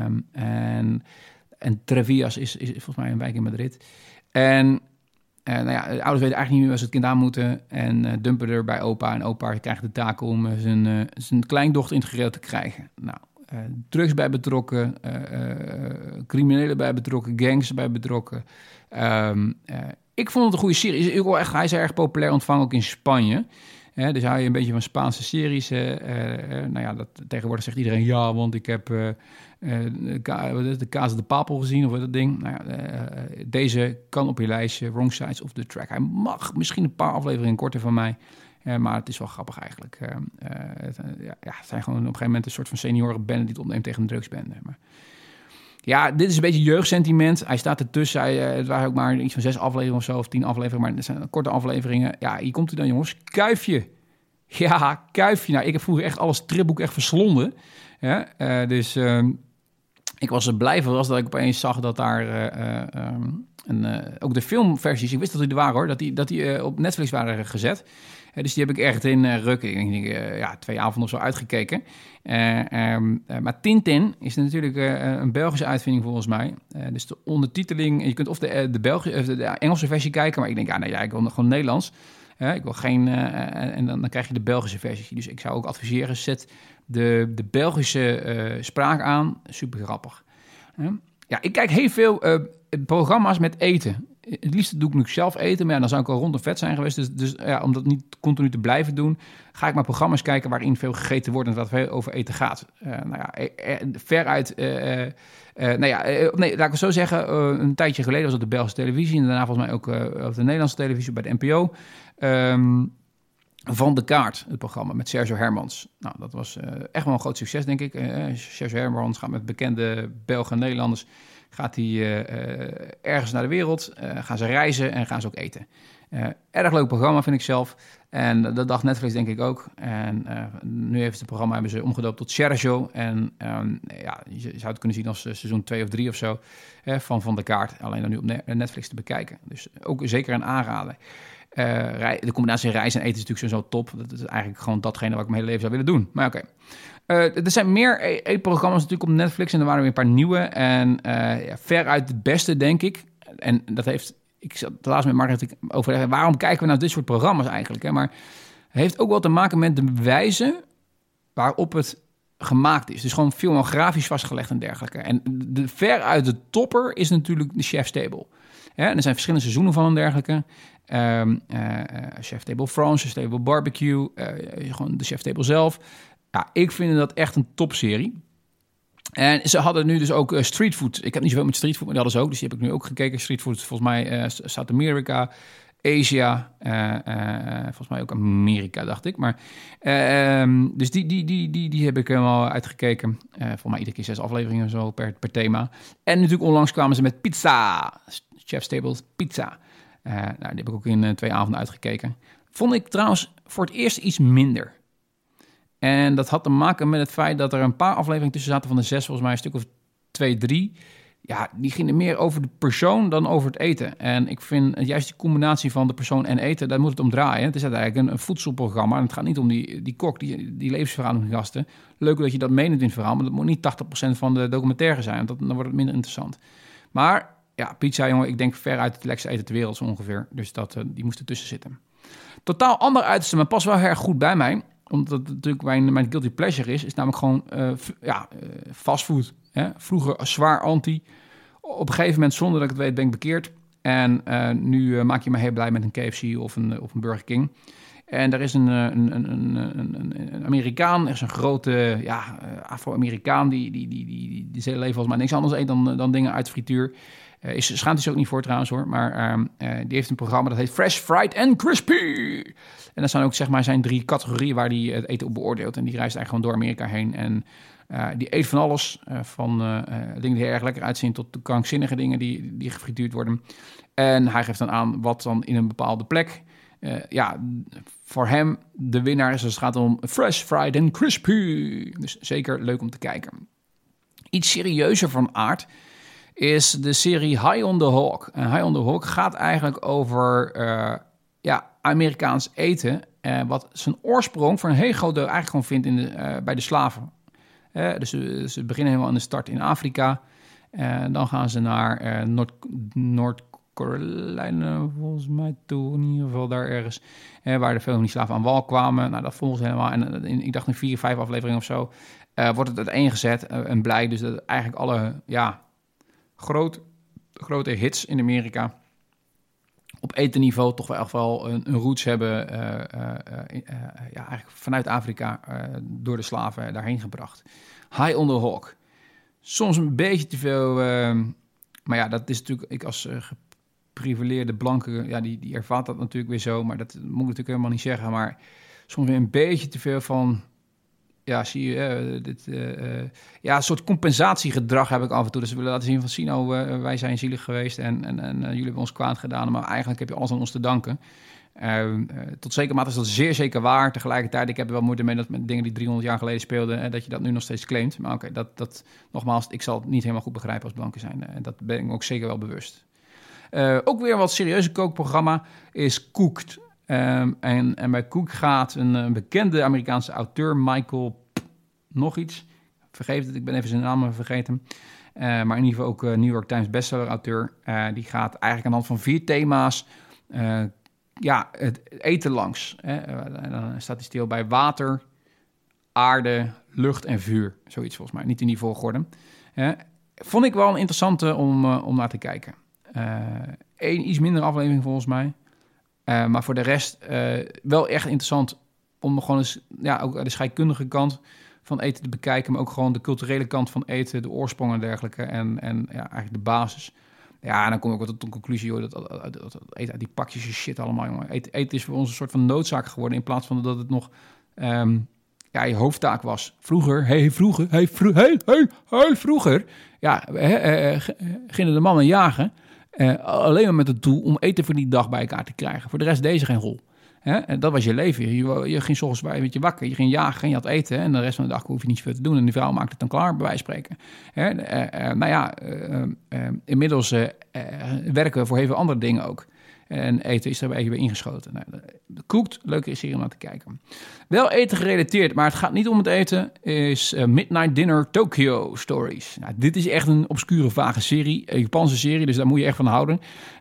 Entrevias is volgens mij een wijk in Madrid. En... de ouders weten eigenlijk niet meer waar ze het kind aan moeten en dumpen er bij opa. En opa krijgt de taak om zijn kleindochter integraal te krijgen. Nou, drugs bij betrokken, criminelen bij betrokken, gangs bij betrokken. Ik vond het een goede serie. Hij is erg populair ontvangen, ook in Spanje. Dus hou je een beetje van Spaanse series. Tegenwoordig zegt iedereen ja, want ik heb de Casa de Papel gezien of dat ding. Deze kan op je lijstje, Wrong Sides of the Track. Hij mag misschien een paar afleveringen korter van mij, maar het is wel grappig eigenlijk. Het zijn gewoon op een gegeven moment een soort van seniorenbende die het opneemt tegen een drugsbende. Maar ja, dit is een beetje jeugdsentiment. Hij staat ertussen. Het waren ook maar iets van 6 afleveringen of zo, of 10 afleveringen. Maar het zijn korte afleveringen. Ja, hier komt hij dan, jongens. Kuifje. Ja, Kuifje. Nou, ik heb vroeger echt alle stripboeken echt verslonden. Ja, ik was er blij van dat ik opeens zag dat daar ook de filmversies... Ik wist dat die er waren, hoor. Dat die op Netflix waren gezet. Dus die heb ik echt in rukken. Ik denk 2 avonden of zo uitgekeken. Maar Tintin is natuurlijk een Belgische uitvinding volgens mij. Dus de ondertiteling... Je kunt of de Engelse versie kijken, maar ik denk, ik wil gewoon Nederlands. Ik wil geen... en dan krijg je de Belgische versie. Dus ik zou ook adviseren, zet de Belgische spraak aan. Super grappig. Ja, ik kijk heel veel programma's met eten. het liefst doe ik nu zelf eten, maar ja, dan zou ik al rond de vet zijn geweest. Dus ja, om dat niet continu te blijven doen, ga ik maar programma's kijken waarin veel gegeten wordt en wat veel over eten gaat. Veruit... laat ik het zo zeggen. Een tijdje geleden was het op de Belgische televisie en daarna volgens mij ook op de Nederlandse televisie bij de NPO. Van de Kaart, het programma met Sergio Hermans. Nou, dat was echt wel een groot succes, denk ik. Sergio Hermans gaat met bekende Belgen en Nederlanders... gaat hij ergens naar de wereld, gaan ze reizen en gaan ze ook eten. Erg leuk programma, vind ik zelf. En dat dacht Netflix denk ik ook. En nu heeft het programma hebben ze omgedoopt tot Sergio. En je zou het kunnen zien als seizoen 2 of 3 of zo... van de Kaart. Alleen dan nu op Netflix te bekijken. Dus ook zeker een aanrader. De combinatie reizen en eten is natuurlijk zo top. Dat is eigenlijk gewoon datgene wat ik mijn hele leven zou willen doen. Maar oké. Er zijn meer eetprogramma's natuurlijk op Netflix en er waren weer een paar nieuwe. En veruit het beste, denk ik. En dat heeft... Ik zat laatst met Margaret overleggen, waarom kijken we naar dit soort programma's eigenlijk? Hè? Maar het heeft ook wel te maken met de wijze waarop het gemaakt is. Dus gewoon filmografisch vastgelegd en dergelijke. En veruit de topper is natuurlijk de Chef's Table. En er zijn verschillende seizoenen van en dergelijke. Chef's Table France, Chef's Table Barbecue, gewoon de Chef's Table zelf. Ja, ik vind dat echt een topserie. En ze hadden nu dus ook streetfood. Ik heb niet zoveel met streetfood, maar dat hadden ze ook. Dus die heb ik nu ook gekeken. Streetfood, volgens mij Zuid-Amerika, Asia, volgens mij ook Amerika, dacht ik. Maar, dus die heb ik helemaal uitgekeken. Volgens mij iedere keer 6 afleveringen zo per thema. En natuurlijk onlangs kwamen ze met pizza. Chef's Table Pizza. Die heb ik ook in 2 avonden uitgekeken. Vond ik trouwens voor het eerst iets minder. En dat had te maken met het feit dat er een paar afleveringen tussen zaten van de 6, volgens mij een stuk of 2, 3. Ja, die gingen meer over de persoon dan over het eten. En ik vind juist die combinatie van de persoon en eten, daar moet het om draaien. Het is eigenlijk een voedselprogramma en het gaat niet om die kok, die levensverhalen van die gasten. Leuk dat je dat meeneemt in het verhaal, maar dat moet niet 80% van de documentaire zijn, want dan wordt het minder interessant. Maar ja, pizza, jongen, ik denk veruit het lekkerste eten ter wereld zo ongeveer. Dus die moest ertussen zitten. Totaal ander uiterste, maar past wel heel erg goed bij mij. Omdat het natuurlijk mijn guilty pleasure is namelijk gewoon fastfood. Hè? Vroeger zwaar anti. Op een gegeven moment, zonder dat ik het weet, ben ik bekeerd. En nu maak je me heel blij met een KFC of een Burger King. En er is een Amerikaan, er is een grote Afro-Amerikaan... die zijn hele leven volgens mij niks anders eet dan dingen uit de frituur. Schaamt hij zich ook niet voor trouwens hoor. Maar die heeft een programma dat heet Fresh, Fried and Crispy. En dat zijn ook zeg maar zijn 3 categorieën waar hij het eten op beoordeelt. En die reist eigenlijk gewoon door Amerika heen. En die eet van alles. Van dingen die er erg lekker uitzien tot de krankzinnige dingen die gefrituurd worden. En hij geeft dan aan wat dan in een bepaalde plek... voor hem de winnaar is als het gaat om Fresh, Fried and Crispy. Dus zeker leuk om te kijken. Iets serieuzer van aard is de serie High on the Hog. En High on the Hog gaat eigenlijk over Amerikaans eten. Wat zijn oorsprong voor een heel groot deel eigenlijk gewoon vindt bij de slaven. Dus ze beginnen helemaal aan de start in Afrika. Dan gaan ze naar Noord-Carolina, volgens mij toe, in ieder geval daar ergens. Waar de veel van die slaven aan wal kwamen. Nou, dat volgen ze helemaal. En ik dacht in 4, 5 afleveringen of zo wordt het uiteengezet en blij. Dus dat eigenlijk alle grote hits in Amerika op etenniveau toch wel echt wel een roots hebben. Eigenlijk vanuit Afrika door de slaven daarheen gebracht. High on the Hog. Soms een beetje te veel... maar ja, dat is natuurlijk... Ik als geprivileerde blanke... die ervaart dat natuurlijk weer zo. Maar dat moet ik natuurlijk helemaal niet zeggen. Maar soms weer een beetje te veel van... Ja, zie je, een soort compensatiegedrag heb ik af en toe. Dus we willen laten zien van, Sino, wij zijn zielig geweest en jullie hebben ons kwaad gedaan. Maar eigenlijk heb je alles aan ons te danken. Tot zekere mate is dat zeer zeker waar. Tegelijkertijd, ik heb er wel moeite mee dat met dingen die 300 jaar geleden speelden, dat je dat nu nog steeds claimt. Maar oké, dat nogmaals, ik zal het niet helemaal goed begrijpen als blanke zijn. En dat ben ik ook zeker wel bewust. Ook weer een wat serieuze kookprogramma is Cooked. En bij Cook gaat een bekende Amerikaanse auteur, Michael nog iets. Vergeef het, ik ben even zijn naam vergeten. Maar in ieder geval ook New York Times bestseller auteur. Die gaat eigenlijk aan de hand van 4 thema's het eten langs. Dan staat hij stil bij water, aarde, lucht en vuur. Zoiets volgens mij, niet in die volgorde. Vond ik wel een interessante om naar te kijken. iets minder aflevering volgens mij. Maar voor de rest wel echt interessant om gewoon eens, ook de scheikundige kant van eten te bekijken, maar ook gewoon de culturele kant van eten, de oorsprong en dergelijke en eigenlijk de basis. Ja, en dan kom ik ook tot de conclusie, joh, dat eten uit die pakjes is shit allemaal, jongen. Eten is voor ons een soort van noodzaak geworden in plaats van dat het nog je hoofdtaak was. Vroeger, vroeger, gingen de mannen jagen, alleen maar met het doel om eten voor die dag bij elkaar te krijgen. Voor de rest deze geen rol. En dat was je leven. Je ging 's ochtends met je wakker, je ging jagen en je had eten. En de rest van de dag hoef je niet zoveel te doen. En die vrouw maakte het dan klaar, bij wijze van spreken. Inmiddels werken we voor heel veel andere dingen ook. En eten is daarbij weer ingeschoten. De Cooked, leuke serie om naar te kijken. Wel eten gerelateerd, maar het gaat niet om het eten, is Midnight Dinner Tokyo Stories. Nou, dit is echt een obscure, vage serie. Een Japanse serie, dus daar moet je echt van houden.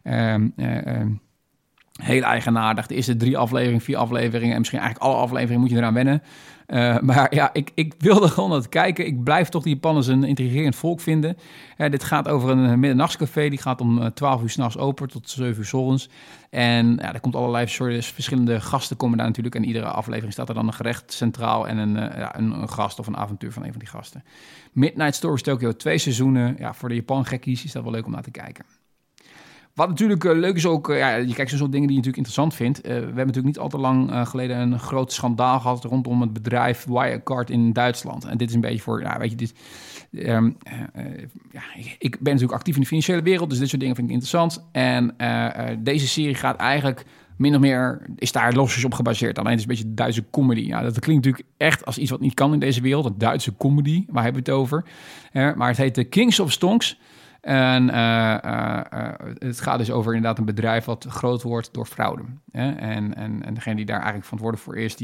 Heel eigenaardig. De eerste 3 afleveringen, 4 afleveringen en misschien eigenlijk alle afleveringen moet je eraan wennen. Maar ja, ik wilde gewoon dat kijken. Ik blijf toch die Japanners een intrigerend volk vinden. Dit gaat over een middernachtscafé. Die gaat om 12 uur 's nachts open tot 7 uur 's ochtends. En er komt allerlei soorten verschillende gasten komen daar natuurlijk. En iedere aflevering staat er dan een gerecht centraal en een gast of een avontuur van een van die gasten. Midnight Stories Tokyo, 2 seizoenen. Ja, voor de Japan-gekkies is dat wel leuk om naar te kijken. Wat natuurlijk leuk is ook, je kijkt zo'n soort dingen die je natuurlijk interessant vindt. We hebben natuurlijk niet al te lang geleden een groot schandaal gehad rondom het bedrijf Wirecard in Duitsland. En dit is een beetje voor, ik ben natuurlijk actief in de financiële wereld, dus dit soort dingen vind ik interessant. En deze serie gaat eigenlijk min of meer, is daar losjes op gebaseerd. Alleen het is een beetje Duitse comedy. Ja, dat klinkt natuurlijk echt als iets wat niet kan in deze wereld. Een Duitse comedy, waar hebben we het over? Maar het heet The Kings of Stonks. En het gaat dus over inderdaad een bedrijf wat groot wordt door fraude. En degene die daar eigenlijk verantwoordelijk voor is,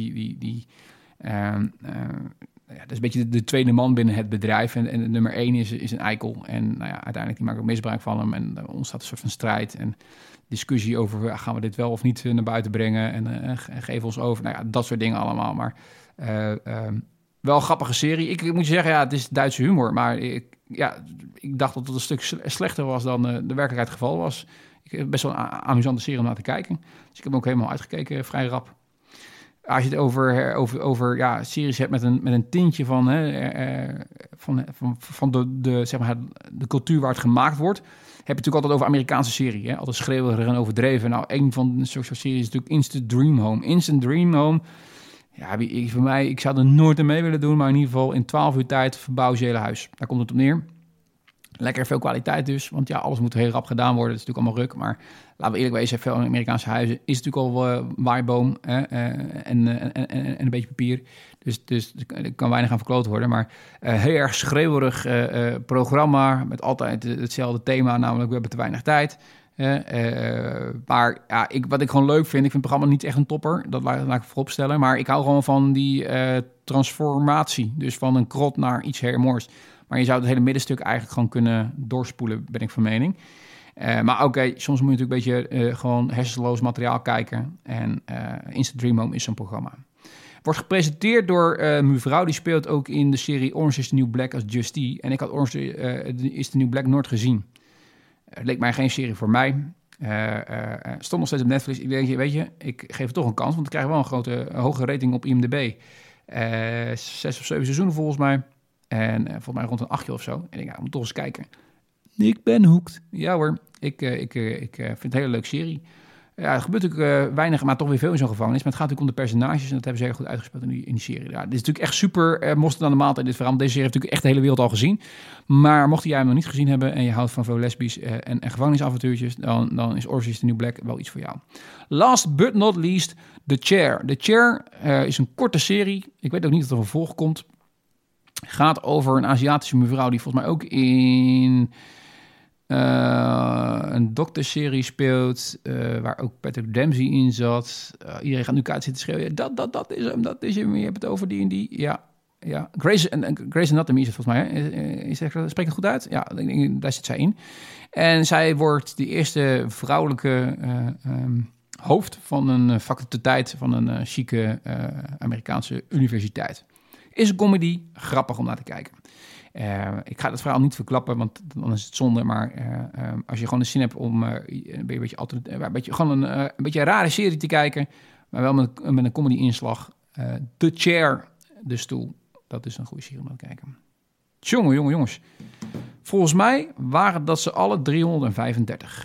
dat is een beetje de tweede man binnen het bedrijf. En nummer 1 is een eikel. En uiteindelijk die maakt ook misbruik van hem. En er ontstaat een soort van strijd en discussie over, gaan we dit wel of niet naar buiten brengen? En geven ons over. Dat soort dingen allemaal. Maar wel een grappige serie. Ik moet je zeggen, het is Duitse humor. Maar ik dacht dat het een stuk slechter was dan de werkelijkheid het geval was. Ik heb best wel een amusante serie om naar te kijken. Dus ik heb hem ook helemaal uitgekeken, vrij rap. Als je het over series hebt met een tintje van de zeg maar de cultuur waar het gemaakt wordt, heb je natuurlijk altijd over Amerikaanse serie. Hè? Altijd schreeuwerig en overdreven. Nou, een van de soort series is natuurlijk Instant Dream Home. Instant Dream Home. Ja, voor mij, ik zou er nooit aan mee willen doen, maar in ieder geval in 12 uur tijd verbouw je hele huis. Daar komt het op neer. Lekker veel kwaliteit dus, want alles moet heel rap gedaan worden. Dat is natuurlijk allemaal ruk, maar laten we eerlijk wezen, veel Amerikaanse huizen is natuurlijk al waaiboom en een beetje papier. Dus er kan weinig aan verkloot worden, maar heel erg schreeuwerig programma met altijd hetzelfde thema, namelijk we hebben te weinig tijd. Maar wat ik gewoon leuk vind, ik vind het programma niet echt een topper, dat laat ik voorop stellen, maar ik hou gewoon van die transformatie, dus van een krot naar iets hermoors. Maar je zou het hele middenstuk eigenlijk gewoon kunnen doorspoelen, ben ik van mening. Maar oké, soms moet je natuurlijk een beetje gewoon hersenloos materiaal kijken. En Instant Dream Home is zo'n programma. Wordt gepresenteerd door mijn vrouw, die speelt ook in de serie Orange is the New Black als Justy. En ik had Orange is the New Black nooit gezien. Het leek mij geen serie voor mij. Stond nog steeds op Netflix. Ik denk, weet je, ik geef het toch een kans, want ik krijg wel een hoge rating op IMDb. 6 of 7 seizoenen volgens mij. En volgens mij rond een 8 of zo. En ik denk, ik moet toch eens kijken. Ik ben hooked. Ja hoor, ik vind het een hele leuke serie. Ja, er gebeurt natuurlijk weinig, maar toch weer veel in zo'n gevangenis. Maar het gaat natuurlijk om de personages en dat hebben ze heel goed uitgespeeld in die serie. Ja, dit is natuurlijk echt super mosterd aan de maaltijd in dit verhaal. Deze serie heeft natuurlijk echt de hele wereld al gezien. Maar mocht jij hem nog niet gezien hebben en je houdt van veel lesbisch en gevangenisavontuurtjes, dan is Orange is the New Black wel iets voor jou. Last but not least, The Chair. The Chair is een korte serie. Ik weet ook niet of er een vervolg komt. Gaat over een Aziatische mevrouw die volgens mij ook in een dokterserie speelt, waar ook Patrick Dempsey in zat. Iedereen gaat nu kaart zitten schreeuwen. Dat is hem. Je hebt het over die en die. Ja. Grey's Anatomy is het volgens mij. Spreek ik het goed uit? Ja, daar zit zij in. En zij wordt de eerste vrouwelijke hoofd van een faculteit van een chique Amerikaanse universiteit. Is een comedy, grappig om naar te kijken. Ik ga het verhaal niet verklappen, want dan is het zonde. Maar als je gewoon de zin hebt om een beetje een rare serie te kijken, maar wel met een comedy-inslag. The Chair, de stoel. Dat is een goede serie om te kijken. Jongens. Volgens mij waren dat ze alle 335.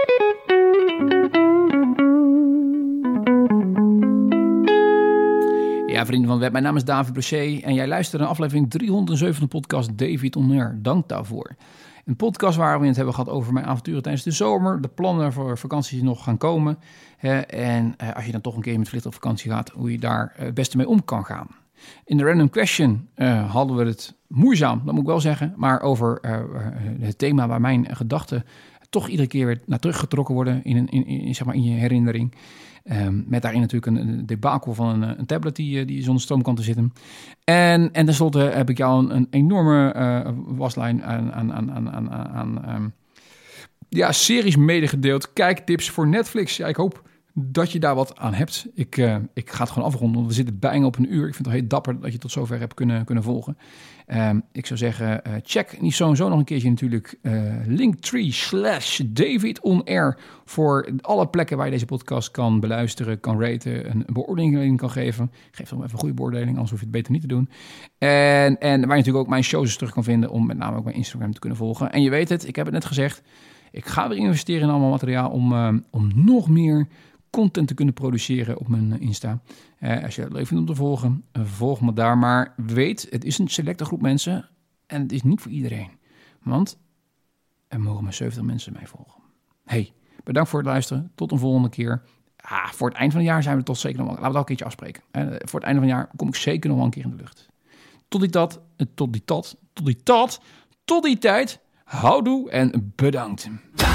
Ja, vrienden van het web, mijn naam is David Brochet en jij luistert naar aflevering 307 podcast David On Air. Dank daarvoor. Een podcast waar we het hebben gehad over mijn avonturen tijdens de zomer, de plannen voor vakanties die nog gaan komen. En als je dan toch een keer met vlieg op vakantie gaat, hoe je daar het beste mee om kan gaan. In de random question hadden we het moeizaam, dat moet ik wel zeggen, maar over het thema waar mijn gedachten toch iedere keer weer naar teruggetrokken worden in je herinnering. Met daarin natuurlijk een debakel van een tablet die zonder stroom kan te zitten. En tenslotte heb ik jou een enorme waslijn aan series medegedeeld. Kijktips voor Netflix. Ja, ik hoop dat je daar wat aan hebt. Ik ga het gewoon afronden, want we zitten bijna op een uur. Ik vind het al heel dapper dat je tot zover hebt kunnen volgen. Ik zou zeggen, check niet sowieso nog een keertje natuurlijk Linktree/David On Air voor alle plekken waar je deze podcast kan beluisteren, kan raten, een beoordeling kan geven. Geef dan even een goede beoordeling, anders hoef je het beter niet te doen. En waar je natuurlijk ook mijn shows terug kan vinden om met name ook mijn Instagram te kunnen volgen. En je weet het, ik heb het net gezegd, ik ga weer investeren in allemaal materiaal om nog meer content te kunnen produceren op mijn Insta. Als je het leuk vindt om te volgen, volg me daar. Maar weet, het is een selecte groep mensen en het is niet voor iedereen. Want er mogen maar 70 mensen mij volgen. Hey, bedankt voor het luisteren. Tot een volgende keer. Voor het eind van het jaar zijn we tot zeker nog wel. Laten we dat een keertje afspreken. Voor het einde van het jaar kom ik zeker nog wel een keer in de lucht. Tot die tijd. Houdoe en bedankt.